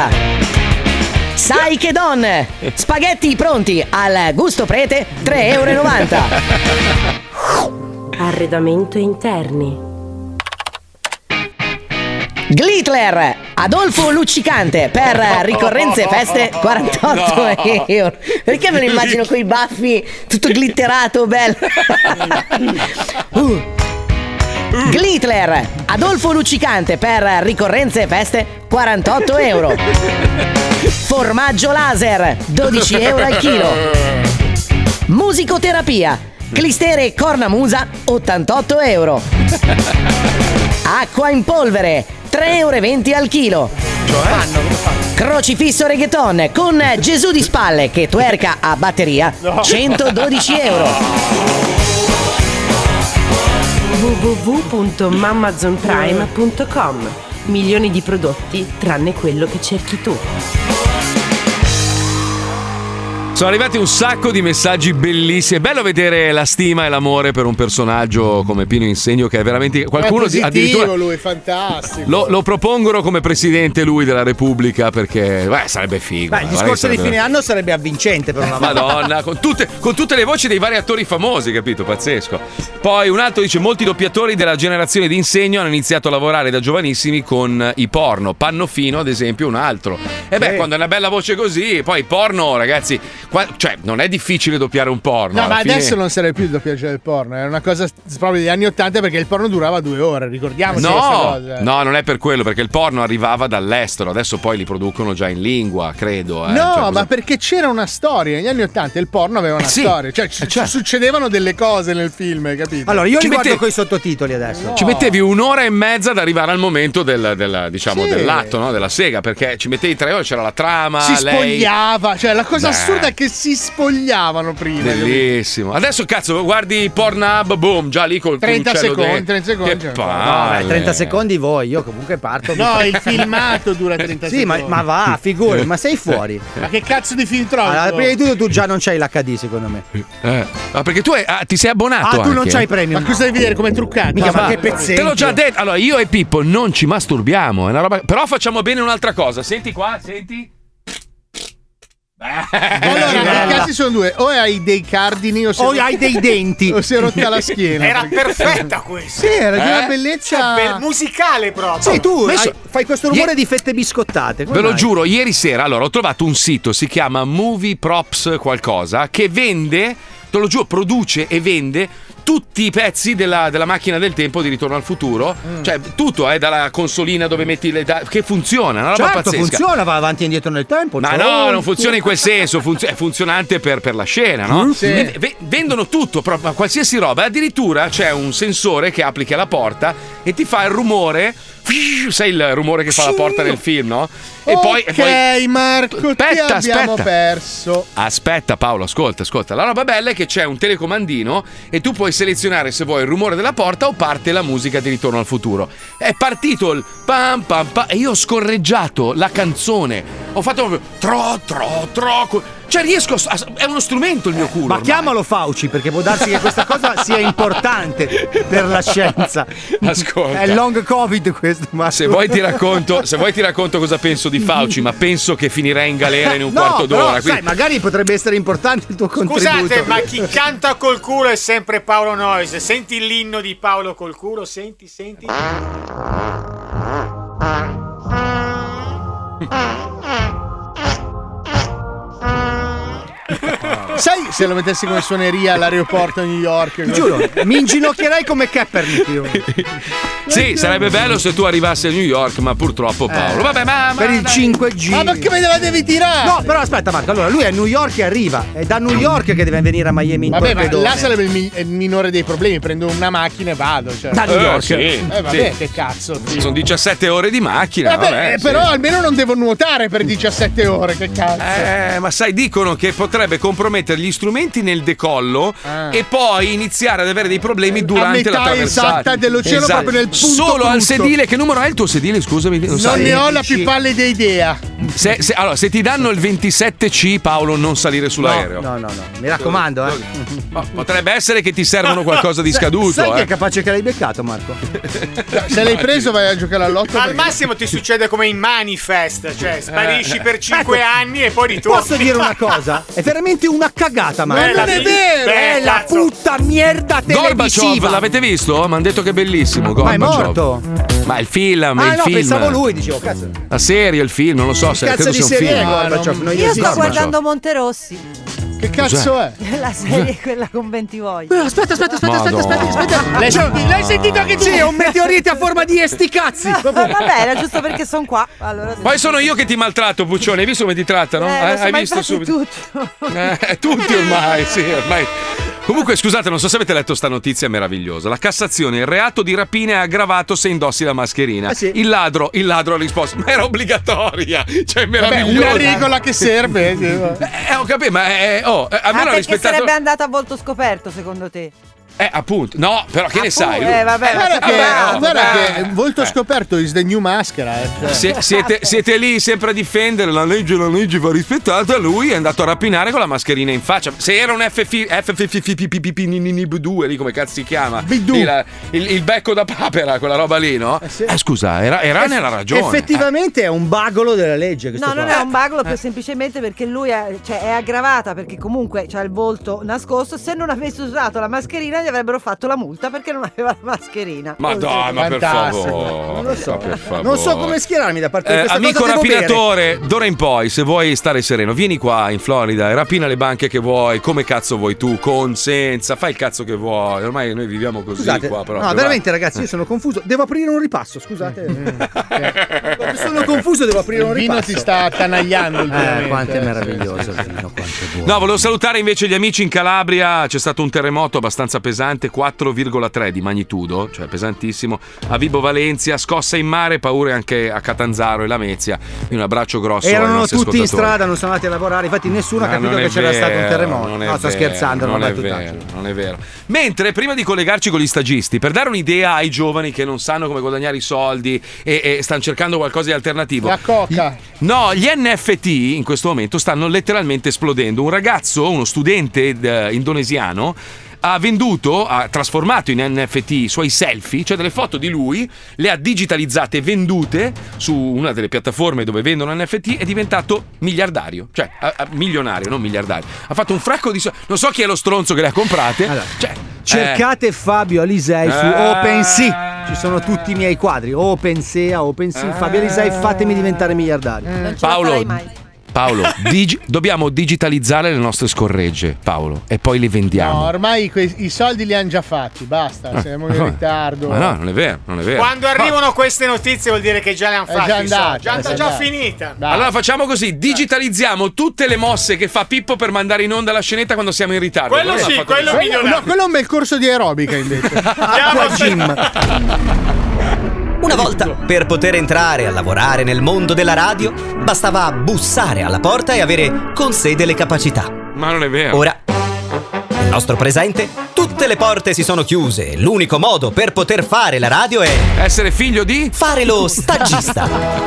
Sai che don! Spaghetti pronti al gusto prete, 3,90 euro. Arredamento interni. Glittler, Adolfo Luccicante, per ricorrenze e feste, 48 euro. Perché me lo immagino coi baffi, tutto glitterato, bello. Glittler, Adolfo Luccicante, per ricorrenze e feste, 48 euro. Formaggio laser, 12 euro al chilo. Musicoterapia, clistere cornamusa, 88 euro. Acqua in polvere, 3,20 euro al chilo. Crocifisso reggaeton con Gesù di spalle che twerca a batteria, 112 euro. www.mamazonprime.com. Milioni di prodotti tranne quello che cerchi tu. Sono arrivati un sacco di messaggi bellissimi. È bello vedere la stima e l'amore per un personaggio come Pino Insegno, che è veramente qualcuno addirittura lui, fantastico. lo propongono come presidente lui della Repubblica, perché sarebbe figo. Il discorso di fine anno sarebbe avvincente per una Madonna, con tutte le voci dei vari attori famosi, capito? Pazzesco. Poi un altro dice: molti doppiatori della generazione di Insegno hanno iniziato a lavorare da giovanissimi con i porno. Pannofino, ad esempio, un altro. E quando è una bella voce così, poi porno, ragazzi, cioè non è difficile doppiare un porno. No, ma adesso non sarebbe più il doppiaggio del porno, è una cosa proprio degli anni '80, perché il porno durava 2 ore, ricordiamoci questa cosa. No, non è per quello, perché il porno arrivava dall'estero, adesso poi li producono già in lingua, credo. Ma perché c'era una storia, negli anni '80 il porno aveva una storia, cioè succedevano delle cose nel film, capito? Allora io li guardo coi sottotitoli adesso. No. Ci mettevi 1 ora e mezza ad arrivare al momento dell'atto, no? Della sega, perché ci mettevi 3 ore, c'era la trama, si spogliava, cioè la cosa assurda è che si spogliavano prima. Bellissimo. Adesso cazzo, guardi Pornhub, boom, già lì col 30 secondi. Che 30 secondi voi, io comunque parto. No, il filmato dura 30 secondi. Sì, ma va, figurati, ma sei fuori. Ma che cazzo di film trovi? Allora, prima di tutto tu già non c'hai l'HD, secondo me. Ma perché tu ti sei abbonato? Tu non c'hai premium. Ma cosa devi vedere come è truccato? Ma che pezzente. Te l'ho già detto. Allora, io e Pippo non ci masturbiamo, è una roba. Però facciamo bene un'altra cosa. Senti qua, senti. Allora, i casi sono due: o hai dei cardini o hai dei denti, o si è rotta la schiena. Era perfetta questa. Sì, era di una bellezza musicale proprio. Sì, tu fai questo rumore di fette biscottate. Ve lo giuro, ieri sera allora ho trovato un sito, si chiama Movie Props qualcosa, che vende, te lo giuro, produce e vende tutti i pezzi della macchina del tempo di Ritorno al Futuro, cioè tutto, dalla consolina dove metti che funziona, una roba pazzesca. Funziona, va avanti e indietro nel tempo. Ma no, non funziona in quel senso, è funzionante per la scena, no? Sì. Vendono tutto, proprio qualsiasi roba, addirittura c'è un sensore che applichi alla porta e ti fa il rumore. Sai il rumore che fa la porta nel film, no? E poi Marco, abbiamo perso. Aspetta Paolo, ascolta. La roba bella è che c'è un telecomandino e tu puoi selezionare se vuoi il rumore della porta o parte la musica di Ritorno al Futuro. È partito il pam pam pam e io ho scorreggiato la canzone. Ho fatto proprio tro. Cioè riesco è uno strumento il mio culo. Ma chiamalo Fauci, perché può darsi che questa cosa sia importante per la scienza. Ascolta. È long covid questo, ma se vuoi ti racconto cosa penso di Fauci, ma penso che finirei in galera in un quarto d'ora. Però, sai, magari potrebbe essere importante il tuo contributo. Scusate, ma chi canta col culo è sempre Paolo Noise. Senti l'inno di Paolo col culo, senti. Sai, se lo mettessi come suoneria all'aeroporto a New York, giuro, mi inginocchierei come Kaepernick io. Sì, sarebbe bello se tu arrivassi a New York, ma purtroppo Paolo. Vabbè, ma per il 5G. Ma perché me la devi tirare? No, però aspetta, Marco. Allora, lui è a New York e arriva. È da New York che deve venire a Miami in Vabbè, ma torpedone. là sarebbe il minore dei problemi. Prendo una macchina e vado. Cioè. Da New York. Sì, vabbè, sì. che cazzo. Sono 17 ore di macchina. Vabbè, però sì. almeno non devo nuotare per 17 ore. Che cazzo. Ma sai, dicono che potrebbe compromettere gli strumenti nel decollo e poi iniziare ad avere dei problemi durante la traversata. Esatta dell'oceano, proprio nel punto Solo al brutto. sedile. Che numero è il tuo sedile? Scusami. Non ne ho la più pallida idea. Allora, se ti danno il 27C, Paolo, non salire sull'aereo. No. Mi raccomando, Potrebbe essere che ti servono qualcosa di scaduto. Sai che è capace che l'hai beccato, Marco? Se l'hai preso, vai a giocare all'otto. Al massimo ti succede come in Manifest, cioè sparisci per 5 anni e poi ritorni. Posso dire una cosa? È veramente una cagata, Marco. Ma non è vero! È la puta merda televisiva. Gorbaciov, l'avete visto? Mi hanno detto che è bellissimo. Ma è Gorbaciov. morto? Ma il film, Ah, il no, film. pensavo lui, dicevo, cazzo. La serie, il film, non lo so se Cazzo credo di sia un serie film. Gorbaciov, Io sto guardando Monterossi. Che cazzo è? La serie quella con Bentivoglia. Aspetta. L'hai sentito che tu? Sì, è un meteorite a forma di sti cazzi. Va bene, giusto perché sono qua. Allora, Poi sono io che ti maltratto, Puccione. Hai visto come ti trattano? Hai visto subito? Tutti ormai, sì, ormai. Comunque, scusate, non so se avete letto sta notizia meravigliosa. La Cassazione, il reato di rapina è aggravato se indossi la mascherina. Sì. Il ladro ha risposto, ma era obbligatoria. Cioè, meravigliosa. Una regola che serve. Ho capito, ma almeno perché rispettato. sarebbe andata a volto scoperto, secondo te? Appunto. No, però che ne sai? Vabbè, guarda che volto scoperto is the new maschera. Siete lì sempre a difendere la legge va rispettata. Lui è andato a rapinare con la mascherina in faccia. Se era un FFP2 lì, come cazzo si chiama? Il becco da papera, quella roba lì, no? Scusa, era nella ragione. Effettivamente è un bagolo della legge. No, non è un bagolo, più semplicemente perché lui è aggravata, perché comunque c'ha il volto nascosto. Se non avesse usato la mascherina gli avrebbero fatto la multa perché non aveva la mascherina. Ma dai, ma per favore. Non lo so. Per favore. Non so come schierarmi da parte di questa amico cosa. rapinatore, d'ora in poi, se vuoi stare sereno, vieni qua in Florida e rapina le banche che vuoi, come cazzo vuoi tu, con, senza, fai il cazzo che vuoi. Ormai noi viviamo così. Scusate, qua. Però, no, veramente, ragazzi, io sono confuso. Devo aprire un ripasso, scusate. Sono confuso, devo aprire un ripasso. Il vino ti sta attanagliando ultimamente. Quanto è meraviglioso il vino, quanto è buono. No, volevo salutare invece gli amici in Calabria. C'è stato un terremoto abbastanza pesante, 4,3 di magnitudo, cioè pesantissimo. A Vibo Valencia, scossa in mare, paure anche a Catanzaro e Lamezia. Quindi un abbraccio grosso. Erano tutti in strada, non sono andati a lavorare. Infatti, nessuno ha capito che c'era stato un terremoto. No, sto scherzando, non è vero. Mentre prima di collegarci con gli stagisti, per dare un'idea ai giovani che non sanno come guadagnare i soldi e stanno cercando qualcosa di alternativo, la coca. No, gli NFT in questo momento stanno letteralmente esplodendo. Un ragazzo, uno studente indonesiano, ha trasformato in NFT i suoi selfie, cioè delle foto di lui, le ha digitalizzate e vendute su una delle piattaforme dove vendono NFT, è diventato miliardario, cioè milionario, non miliardario. Ha fatto un fracco di soldi. Non so chi è lo stronzo che le ha comprate. Allora, cercate Fabio Alisei su OpenSea. Ci sono tutti i miei quadri. OpenSea, Fabio Alisei, fatemi diventare miliardario. Non ce la farai mai. Paolo, dobbiamo digitalizzare le nostre scorregge, Paolo, e poi le vendiamo. No, ormai i soldi li hanno già fatti, basta, siamo in ritardo. Ma no, non è vero. Quando arrivano queste notizie vuol dire che già le hanno fatte. Già finita. Dai. Allora facciamo così, digitalizziamo tutte le mosse che fa Pippo per mandare in onda la scenetta quando siamo in ritardo. Quello sì, quello migliore. No, quello è un bel corso di aerobica invece. Acqua gym. Una volta, per poter entrare a lavorare nel mondo della radio, bastava bussare alla porta e avere con sé delle capacità. Ma non è vero. Ora, nel nostro presente, tutte le porte si sono chiuse. L'unico modo per poter fare la radio è essere figlio di? Fare lo stagista.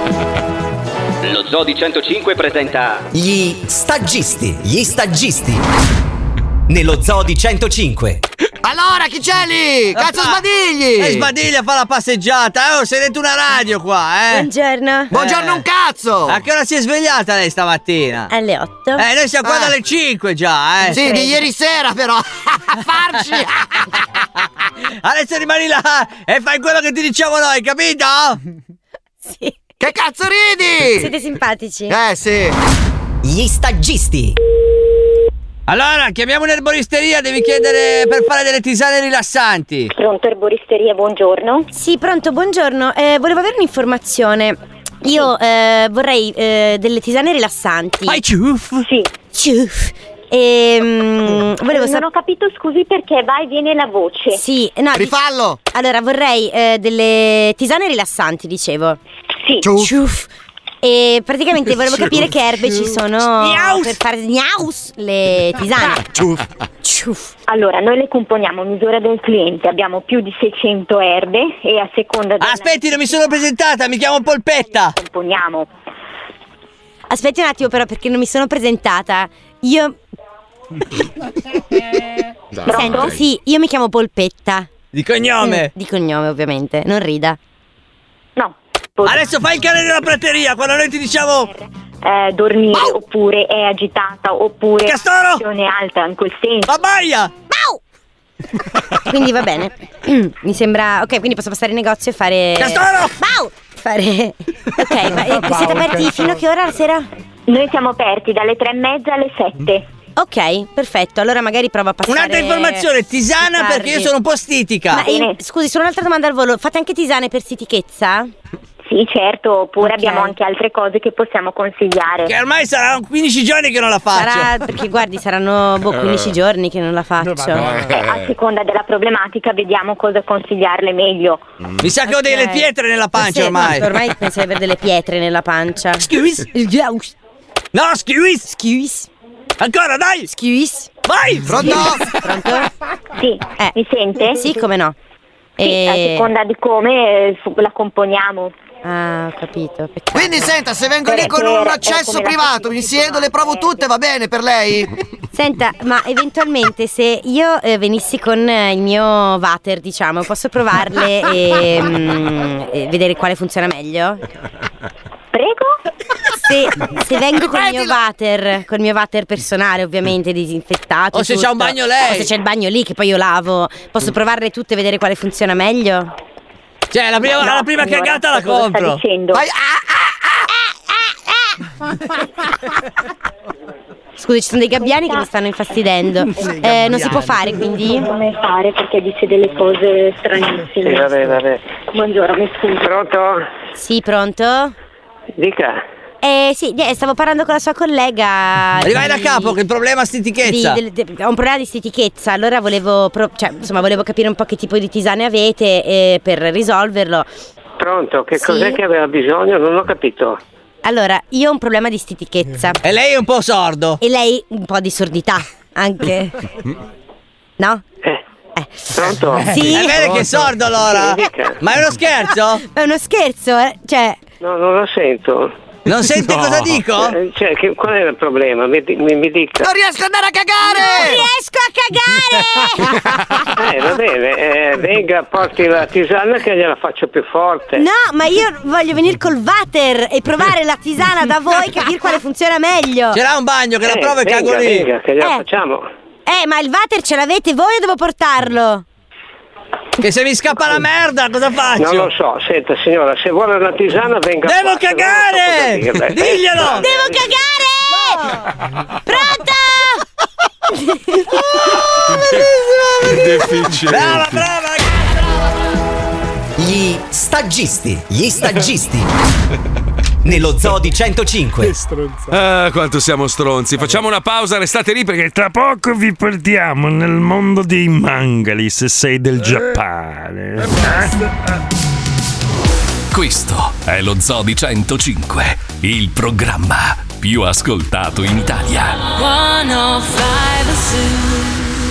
Lo Zodi 105 presenta gli stagisti. Nello Zodi 105. Allora, chi c'è lì? Cazzo Sbadigli! Sbadiglia fa la passeggiata. Sei dentro una radio qua, Buongiorno. Buongiorno un cazzo! A che ora si è svegliata lei stamattina? Alle 8. Noi siamo qua dalle 5 già, Sì, di ieri sera però. Farci! Adesso rimani là e fai quello che ti diciamo noi, capito? Sì. Che cazzo ridi? Siete simpatici. Sì. Gli stagisti. Allora, chiamiamo un'erboristeria, devi chiedere per fare delle tisane rilassanti. Pronto, erboristeria, buongiorno. Sì, pronto, buongiorno. Volevo avere un'informazione. Io vorrei delle tisane rilassanti. Vai, ciuff! Sì. Ciuff. Non ho capito, scusi, perché va e viene la voce. Sì, no. Rifallo! Allora, vorrei delle tisane rilassanti, dicevo. Sì. Ciuff. E praticamente volevo capire che erbe ci sono per fare le tisane. Ciuff. Allora, noi le componiamo a misura del cliente, abbiamo più di 600 erbe e a seconda della... Aspetti, non mi sono presentata, mi chiamo Polpetta. Componiamo. Aspetti un attimo però, perché non mi sono presentata. Io... Senti, sì, io mi chiamo Polpetta. Di cognome? Di cognome, ovviamente, non rida. No. Adesso fai il cane della prateria, quando noi ti diciamo... dormire, oppure è agitata, oppure Castoro! Pressione alta, in quel senso. Babaia! Quindi va bene. Mi sembra... Ok, quindi posso passare in negozio e fare... Castoro! Fare... Ok, ma siete aperti fino a che ora la sera? Noi siamo aperti dalle 3:30 alle 7. Ok, perfetto. Allora magari provo a passare... Un'altra informazione, tisana tardi. perché io sono un po' stitica. Ma scusi, solo un'altra domanda al volo. Fate anche tisane per stitichezza? Sì, certo, oppure abbiamo anche altre cose che possiamo consigliare. Che ormai saranno 15 giorni che non la faccio. Perché guardi, saranno 15 giorni che non la faccio. A seconda della problematica vediamo cosa consigliarle meglio. Mi sa che ho delle pietre nella pancia ormai. Ormai penso di avere delle pietre nella pancia. Excuse? No, excuse. Ancora, dai! Excuse. Vai! Pronto? Pronto? Sì, mi sente? Sì, come no. Sì, a seconda di come la componiamo. Ah, ho capito. Peccato. Quindi senta, se vengo lì con un accesso privato, mi siedo, le provo tutte, va bene per lei? Senta, ma eventualmente se io venissi con il mio water, diciamo, posso provarle e vedere quale funziona meglio? Prego? Se vengo con il mio water personale, ovviamente disinfettato. O se c'è un bagno lei. O se c'è il bagno lì che poi io lavo, posso provarle tutte e vedere quale funziona meglio? Cioè, la prima cagata la compro. Vai. Scusi, ci sono dei gabbiani che mi stanno infastidendo. Non si può fare, quindi? Non fare perché dice delle cose stranissime. Sì, vabbè. Buongiorno, mi scusi. Pronto? Sì, pronto? Dica. Sì, stavo parlando con la sua collega. Vai da capo, che il problema è stitichezza. Ho un problema di stitichezza. Allora volevo capire un po' che tipo di tisane avete per risolverlo. Pronto, che Sì? cos'è che aveva bisogno? Non ho capito. Allora, io ho un problema di stitichezza. E lei è un po' sordo. E lei un po' di sordità, anche. No? Pronto? Sì. È vero che è sordo allora? Ma è uno scherzo? È uno scherzo, Cioè... No, non lo sento. Non sente cosa dico? Qual è il problema? Mi dica. Non riesco ad andare a cagare! Non riesco a cagare! Va bene, venga, porti la tisana che gliela faccio più forte. No, ma io voglio venire col water e provare la tisana da voi, capire quale funziona meglio. Ce l'ha un bagno che la prova e cago lì. Venga, che gliela facciamo. Ma il water ce l'avete voi o devo portarlo? Che se mi scappa la merda, cosa faccio? Non lo so, senta signora, se vuole una tisana venga. Devo cagare! Diglielo! Devo cagare! Pronto? Brava! Gli stagisti. Nello Zoo di 105. Quanto siamo stronzi. Facciamo una pausa, restate lì perché tra poco vi portiamo nel mondo dei mangali se sei del Giappone. Questo è lo Zoo di 105, il programma più ascoltato in Italia. 105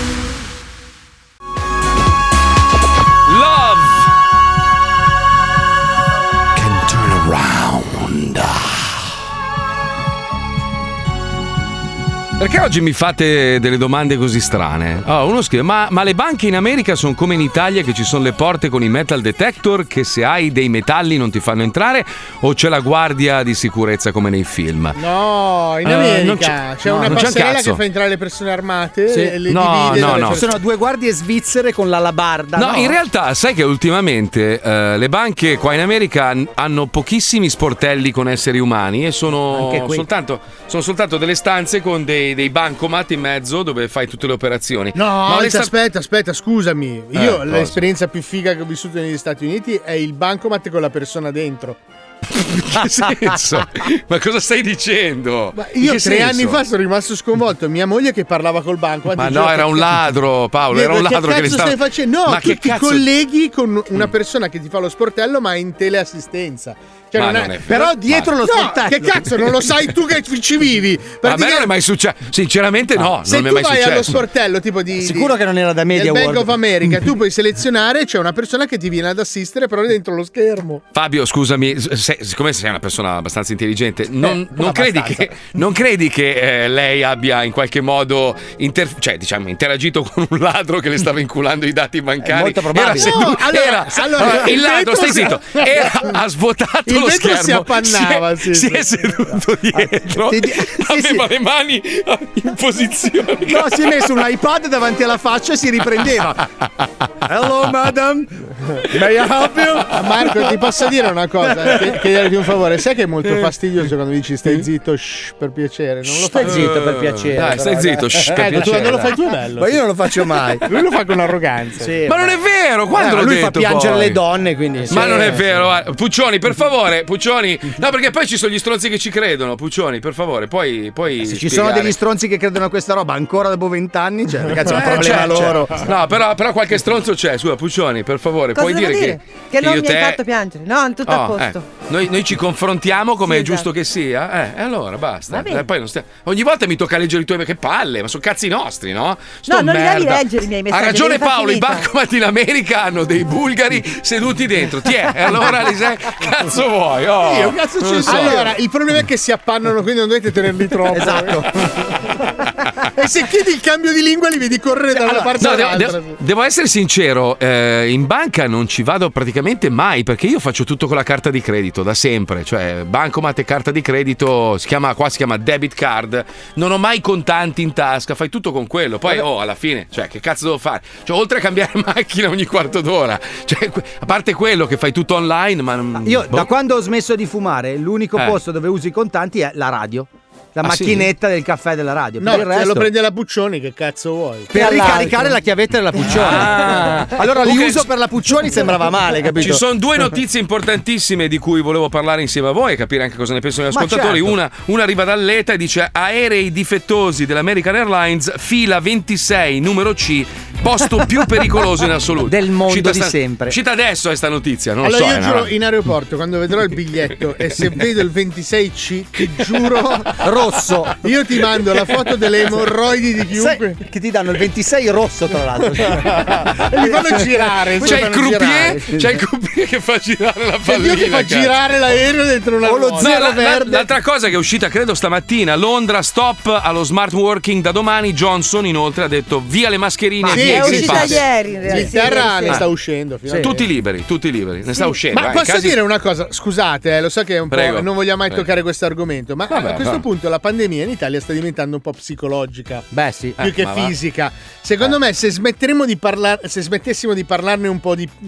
Perché oggi mi fate delle domande così strane? Uno scrive: ma le banche in America sono come in Italia, che ci sono le porte con i metal detector che se hai dei metalli non ti fanno entrare, o c'è la guardia di sicurezza come nei film? No, in America c'è una passerella che fa entrare le persone armate e le divide. No. Ci sono 2 guardie svizzere con l'alabarda. No, in realtà sai che ultimamente le banche qua in America hanno pochissimi sportelli con esseri umani e sono soltanto delle stanze con dei dei bancomat in mezzo dove fai tutte le operazioni. No, aspetta, scusami. Io l'esperienza più figa che ho vissuto negli Stati Uniti è il bancomat con la persona dentro. Che senso? Ma cosa stai dicendo? Ma io 3 anni fa sono rimasto sconvolto. Mia moglie che parlava col bancomat. Ma no, era un ladro, Paolo. Era un ladro che le stava. Stai facendo? No, ma tu ti colleghi con una persona che ti fa lo sportello, ma in teleassistenza. Cioè non è però dietro lo sportello. Che cazzo, non lo sai tu che ci vivi? A me non è mai successo. Sinceramente, no. Se non mi è mai tu vai successo. allo sportello, tipo di. Sicuro che non era da Media Bank World. of America, tu puoi selezionare, c'è una persona che ti viene ad assistere, però dentro lo schermo. Fabio, scusami, siccome sei una persona abbastanza intelligente, non credi che lei abbia in qualche modo interagito con un ladro che le stava inculando i dati bancari? È molto probabile. Il ladro, stai zitto, ha svuotato lo schermo, si appannava, si è seduto dietro, aveva le mani in posizione. No, si è messo un iPad davanti alla faccia e si riprendeva. Hello madam, may I help you? Marco, ti posso dire una cosa? Chiederti un favore, sai che è molto fastidioso quando dici stai zitto, per piacere. Non lo stai zitto per piacere. Dai, stai zitto, per piacere. Tu non lo fai tu, è bello. Ma io non lo faccio mai. Lui lo fa con arroganza. Sì, ma non è vero, quando l'ho lui detto fa piangere poi? le donne, quindi. Ma non è vero, Puccioni, per favore, Puccioni. No, perché poi ci sono gli stronzi che ci credono, Puccioni, per favore, poi se ci sono degli stronzi che credono a questa roba ancora dopo 20 anni, cioè, ragazzi, è un problema loro. No, però qualche stronzo c'è, scusa, Puccioni, per favore, cosa puoi dire che non io mi hai fatto piangere? No, tutto a posto. Noi ci confrontiamo come è giusto che sia, e allora basta. Poi ogni volta mi tocca leggere i tuoi, che palle, ma sono cazzi nostri, no? No, non li devi leggere i miei messaggi. Ha ragione Paolo, i bancomat in America hanno dei bulgari seduti dentro. E allora cazzo vuoi? Io cazzo ci sono. Allora, il problema è che si appannano, quindi non dovete tenerli troppo. Esatto. E se chiedi il cambio di lingua li vedi correre da una parte all'altra. Devo essere sincero, in banca non ci vado praticamente mai, perché io faccio tutto con la carta di credito da sempre, cioè bancomat e carta di credito, si chiama debit card, non ho mai contanti in tasca, fai tutto con quello, poi alla fine, cioè che cazzo devo fare? Cioè, oltre a cambiare macchina ogni quarto d'ora, cioè, a parte quello che fai tutto online, ma io da quando ho smesso di fumare, l'unico posto dove uso i contanti è la radio. La macchinetta del caffè della radio. No, il resto... lo prende la Puccioni, che cazzo vuoi? Per ricaricare la chiavetta della Puccioni. Allora li uso per la Puccioni, sembrava male, capito? Ci sono 2 notizie importantissime di cui volevo parlare insieme a voi e capire anche cosa ne pensano gli ascoltatori. Certo. Una arriva dall'ETA e dice: aerei difettosi dell'American Airlines, fila 26, numero C, posto più pericoloso in assoluto. Del mondo di sempre. Cita adesso questa notizia, non allora lo so. Io giuro, in aeroporto, quando vedrò il biglietto e se vedo il 26C, ti giuro... rosso. Io ti mando la foto delle emorroidi di chiunque. Che ti danno il 26 rosso, tra l'altro. E li fanno girare. C'è il croupier che fa girare la pallina. Che fa girare l'aereo dentro una lo zero verde. L'altra cosa che è uscita, credo stamattina, Londra, stop allo smart working da domani. Johnson inoltre ha detto via le mascherine. Sì, è uscita ieri. L'Inghilterra ne sta uscendo. Tutti liberi. Ne sta uscendo. Ma posso dire una cosa? Scusate, lo so che è un po'. Non vogliamo mai toccare questo argomento, ma a questo punto la pandemia in Italia sta diventando un po' psicologica. Beh, sì. Più che fisica. Secondo me, se smettessimo di parlarne un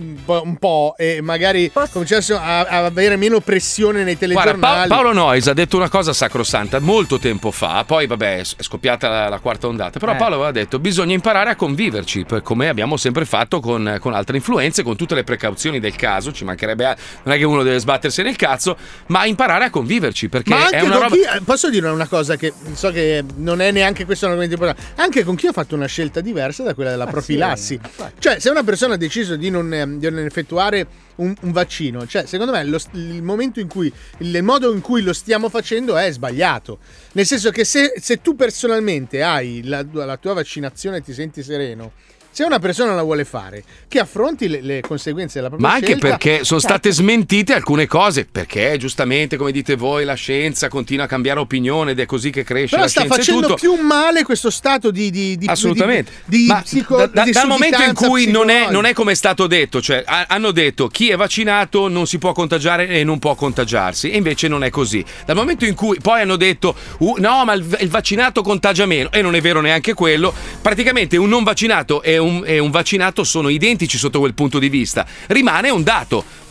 po' e magari cominciassimo a avere meno pressione nei telegiornali. Guarda, Paolo Noyes ha detto una cosa sacrosanta molto tempo fa, poi vabbè è scoppiata la quarta ondata, però Paolo aveva detto bisogna imparare a conviverci, come abbiamo sempre fatto con altre influenze, con tutte le precauzioni del caso, ci mancherebbe, non è che uno deve sbattersi nel cazzo, ma imparare a conviverci, perché ma anche è una roba... Posso dire una cosa che so che non è neanche questo un argomento importante, anche con chi ho fatto una scelta diversa da quella della profilassi. Cioè, se una persona ha deciso di non effettuare un vaccino, cioè secondo me il momento in cui il modo in cui lo stiamo facendo è sbagliato, nel senso che se tu personalmente hai la tua vaccinazione e ti senti sereno, se una persona la vuole fare, che affronti le conseguenze della propria scelta. Ma anche perché sono state Certo. smentite alcune cose, perché giustamente, come dite voi, la scienza continua a cambiare opinione ed è così che cresce. Però la sta scienza facendo e tutto. più male questo stato di assolutamente di dal momento in cui non è come è stato detto, cioè hanno detto chi è vaccinato non si può contagiare e non può contagiarsi, e invece non è così. Dal momento in cui poi hanno detto no, ma il vaccinato contagia meno, e non è vero neanche quello, praticamente un non vaccinato e un vaccinato sono identici sotto quel punto di vista. Rimane un dato.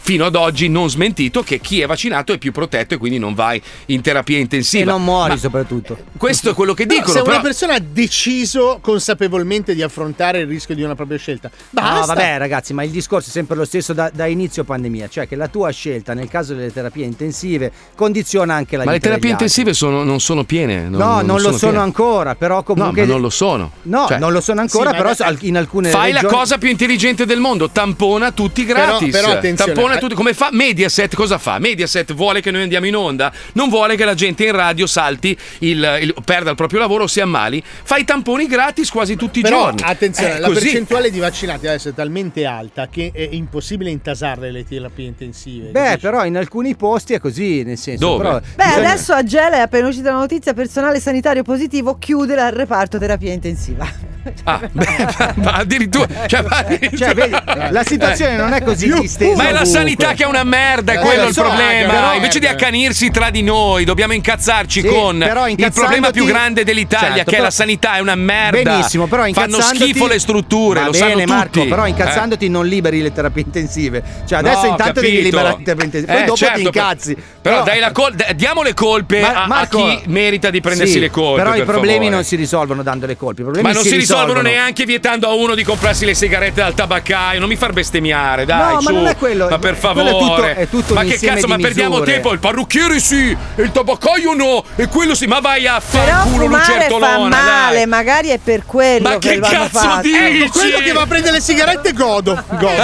fino ad oggi non smentito, che chi è vaccinato è più protetto e quindi non vai in terapia intensiva. E non muori soprattutto. Questo è quello che dicono. Se però... una persona ha deciso consapevolmente di affrontare il rischio di una propria scelta, basta. No, vabbè ragazzi, ma il discorso è sempre lo stesso da inizio pandemia, cioè che la tua scelta nel caso delle terapie intensive condiziona anche la vita. Ma le terapie degli altri. intensive non sono piene. Non lo sono ancora, però comunque... No, ma non lo sono. No, non lo sono ancora, però in alcune fai regioni... la cosa più intelligente del mondo, tampona tutti gratis. Però attenzione. Tampona tutti. Come fa Mediaset? Cosa fa? Mediaset vuole che noi andiamo in onda, non vuole che la gente in radio salti, perda il proprio lavoro o si ammali. Fai i tamponi gratis quasi tutti i giorni. Attenzione, la così. percentuale di vaccinati adesso è talmente alta che è impossibile intasarle le terapie intensive. Beh, però in alcuni posti è così, nel senso. Dove? Però, adesso a Gela è appena uscita la notizia: personale sanitario positivo chiude il reparto terapia intensiva. Ma addirittura, vedi, la situazione non è così distesa. Ma è la ovunque. sanità che è una merda, è quello il problema. Però, invece di accanirsi tra di noi, dobbiamo incazzarci con il problema più grande dell'Italia, che è la sanità, è una merda. Benissimo, però fanno schifo le strutture, va lo bene, sanno Marco, tutti. però incazzandoti non liberi le terapie intensive. Cioè adesso intanto devi liberare le terapie intensive, poi dopo ti incazzi. Però diamo le colpe a chi merita di prendersi le colpe. Però i problemi favore. non si risolvono dando le colpe. Ma non si risolvono neanche vietando a uno di comprarsi le sigarette dal tabaccaio. Non mi far bestemmiare, dai. No, su. ma non è quello. Ma per favore. È tutto ma un che insieme cazzo, di ma perdiamo misure. tempo. Il parrucchiere sì, e il tabaccaio no, e quello sì. Ma vai a fare Però culo fumare lucertolona. fa male, dai. magari è per quello Ma che lo hanno cazzo fatto. dici? Ecco, quello che va a prendere le sigarette godo.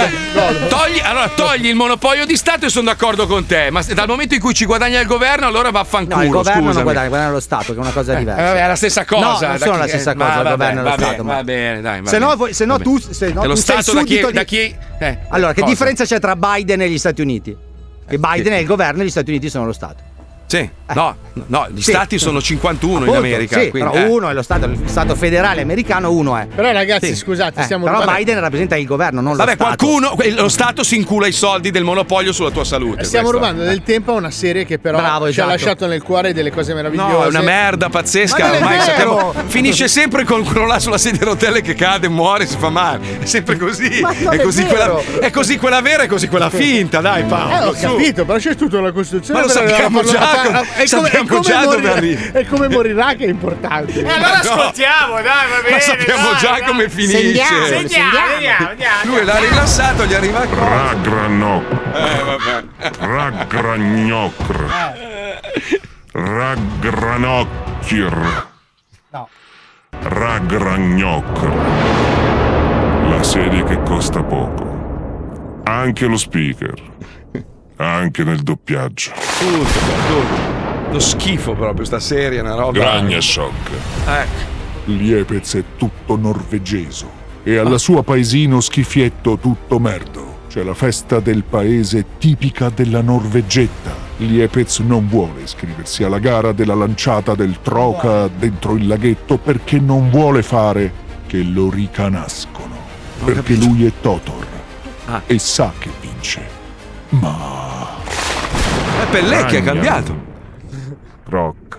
Togli il monopolio di Stato e sono d'accordo con te. Ma dal momento in cui ci guadagna il governo, allora vaffanculo. No, il governo scusami. non guadagna lo Stato, che è una cosa diversa. Vabbè, è la stessa cosa. No, non sono la stessa cosa, il governo e lo Stato. Va bene, dai. Se no tu lo sei Stato suddito da chi? Allora, che cosa? differenza c'è tra Biden e gli Stati Uniti? Che Biden è il governo e gli Stati Uniti sono lo Stato. Sì, no, gli stati sono 51 appunto, in America. Sì, quindi, però uno è lo Stato federale americano, uno è. Però ragazzi, scusate, stiamo però rubando... Biden rappresenta il governo, non lo Stato. Qualcuno, lo Stato si incula i soldi del monopolio sulla tua salute. Stiamo rubando del tempo a una serie che però ci ha lasciato nel cuore delle cose meravigliose. No, è una merda pazzesca. Ma Ormai è sappiamo. Finisce sempre con quello là sulla sedia a rotelle che cade, muore, si fa male. È sempre così. È così quella vera e così quella finta, dai Paolo. Ho capito, però c'è tutta la Costituzione. Ma lo sappiamo già. Sappiamo già dove arriva. E come morirà che è importante. E allora ascoltiamo, dai, va bene. Ma sappiamo già come finisce. Sentiamo. Lui l'ha rilassato, gli arriva qua. Vabbè. Ragragnocr. Ragranocchir. No. Ragragnocr. La serie che costa poco. Anche lo speaker. Anche nel doppiaggio. Tutto. Lo schifo proprio, sta serie, una roba. Gragnashock. Liepez è tutto norvegeso e alla sua paesino schifietto tutto merdo. C'è la festa del paese tipica della Norvegetta. Liepez non vuole iscriversi alla gara della lanciata del troca dentro il laghetto perché non vuole fare che lo ricanascono. Perché lui è Totor e sa che vince. Ma... Pellecchia è cambiato. Rock.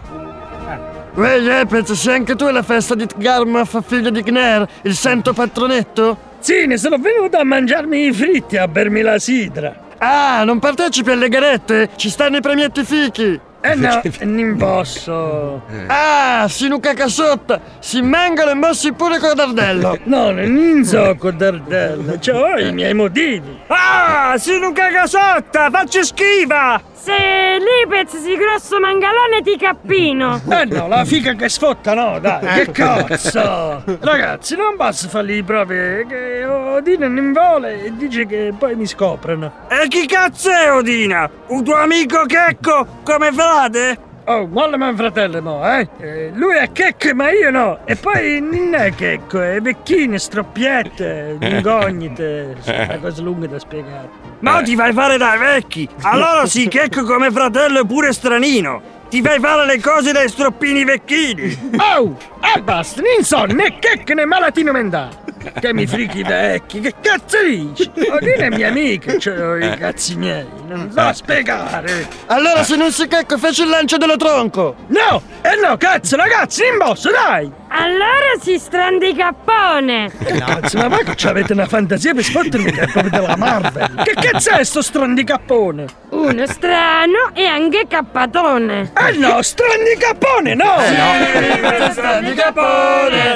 Liepez, sei anche tu alla festa di Tgarmaf, figlio di Gner, il santo patronetto? Sì, ne sono venuto a mangiarmi i fritti, a bermi la sidra. Ah, non partecipi alle garette? Ci stanno i premietti fichi. No, non posso. Ah, sinuca cassotta, si mangola e mossi pure con dardello. No, non so con dardello, c'ho i miei motivi. Ah, sinuca cassotta, facci schiva! Se Lipez si grosso mangalone ti cappino. No, la figa che sfotta no, dai, che cazzo! Ragazzi, non posso fargli le prove, che Odina non vuole e dice che poi mi scoprono. E chi cazzo è Odina? Un tuo amico Checco, come frate? Oh, mollami fratello, mo, lui è Checco, ma io no. E poi non è Checco, è vecchine, stroppiette, ingognite. Sono una cosa lunga da spiegare. No, ti fai fare dai vecchi. Allora sì, Checco come fratello è pure stranino. Ti fai fare le cose dai stroppini vecchini. Oh, basta, non so né Checco né malatino mentale. Che mi frichi vecchi, che cazzo dici? Odina è mia amica, c'ho i cazzi miei, non so spiegare. Allora se non sei Checco, feci il lancio dello tronco. No, no, cazzo ragazzi, non posso, dai. Allora si strandicappone. No, ma voi che avete una fantasia per sfottermi che è proprio della Marvel. Che cazzo è sto strandicappone? Uno strano e anche cappatone. No, strandicappone, no! Strandicappone!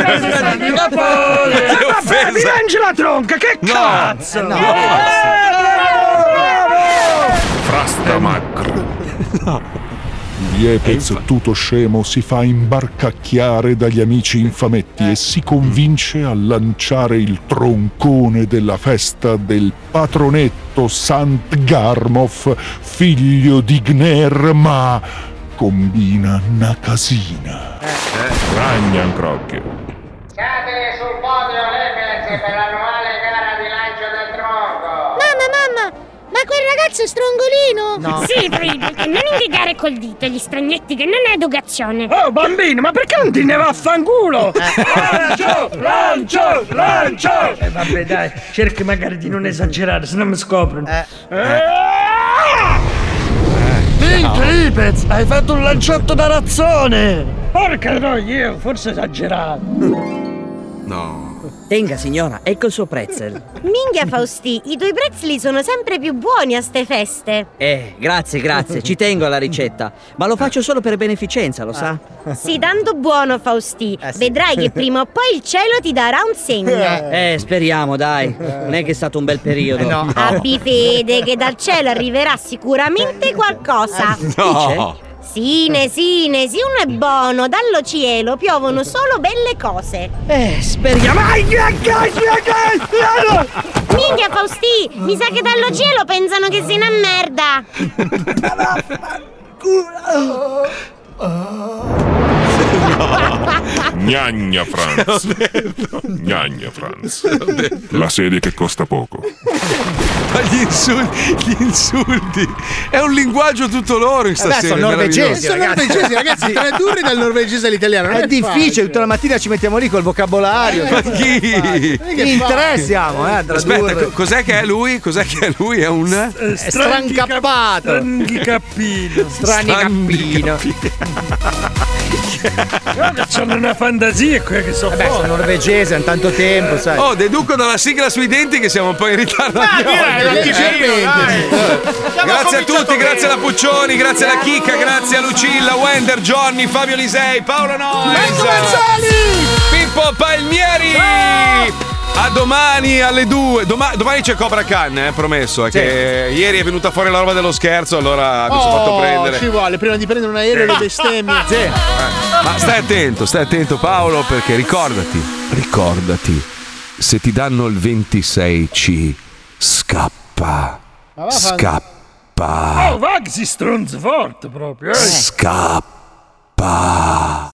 Vabbè, mi lanci la tronca, che cazzo! No. Frasta macro. No. Liepez, tutto scemo, si fa imbarcacchiare dagli amici infametti e si convince a lanciare il troncone della festa del patronetto Sant Garmof, figlio di Gner, ma combina una casina. Ragnan crocchio. Siate sul podio Liepez per l'annuale gara di lancio del tronco. Mamma, ma quel ragazzo è strongolino? No. Sì, perché non indicare col dito gli stragnetti che non è educazione. Oh bambino, ma perché non ti ne va a fanculo? Lancio! Vabbè dai, cerchi magari di non esagerare, se no mi scoprono. Minchia, Liepez, hai fatto un lanciotto da razzone! Porca troia, io forse esagerato. No. Tenga signora, ecco il suo pretzel. Minchia Fausti, i tuoi prezzoli sono sempre più buoni a ste feste. Grazie, ci tengo alla ricetta. Ma lo faccio solo per beneficenza, lo sa? Sì, tanto buono Fausti. Sì. Vedrai che prima o poi il cielo ti darà un segno. Speriamo, dai. Non è che è stato un bel periodo. No. Abbi fede che dal cielo arriverà sicuramente qualcosa. No. Sì, uno è buono, dallo cielo piovono solo belle cose. Speriamo. Minchia Fausti, mi sa che dallo cielo pensano che sei una merda. Gnagna Franz. La serie che costa poco. Ma gli insulti. È un linguaggio tutto loro in sta serie. Sono norvegesi, ragazzi. Tradurre dal norvegese all'italiano non è difficile, tutta la mattina ci mettiamo lì col vocabolario. Ma chi? In tre siamo, Aspetta, cos'è che è lui? È un strancappato. Stranicappino. C'hanno una fantasia qui che sono norvegese, hanno tanto tempo, sai. Oh, deduco dalla sigla sui denti che siamo un po' in ritardo. Grazie a tutti, grazie alla Puccioni, grazie alla Chicca, grazie a Lucilla, Wender, Johnny, Fabio Lisei, Paolo Noyes, Pippo Palmieri. A domani alle 2. Domani c'è Cobra Khan, promesso. Che ieri è venuta fuori la roba dello scherzo, allora mi sono fatto prendere. Ci vuole, prima di prendere un aereo le bestemmie. Ma stai attento Paolo, perché ricordati, se ti danno il 26C, scappa. Oh, Vagsi stronzo forte proprio. Scappa.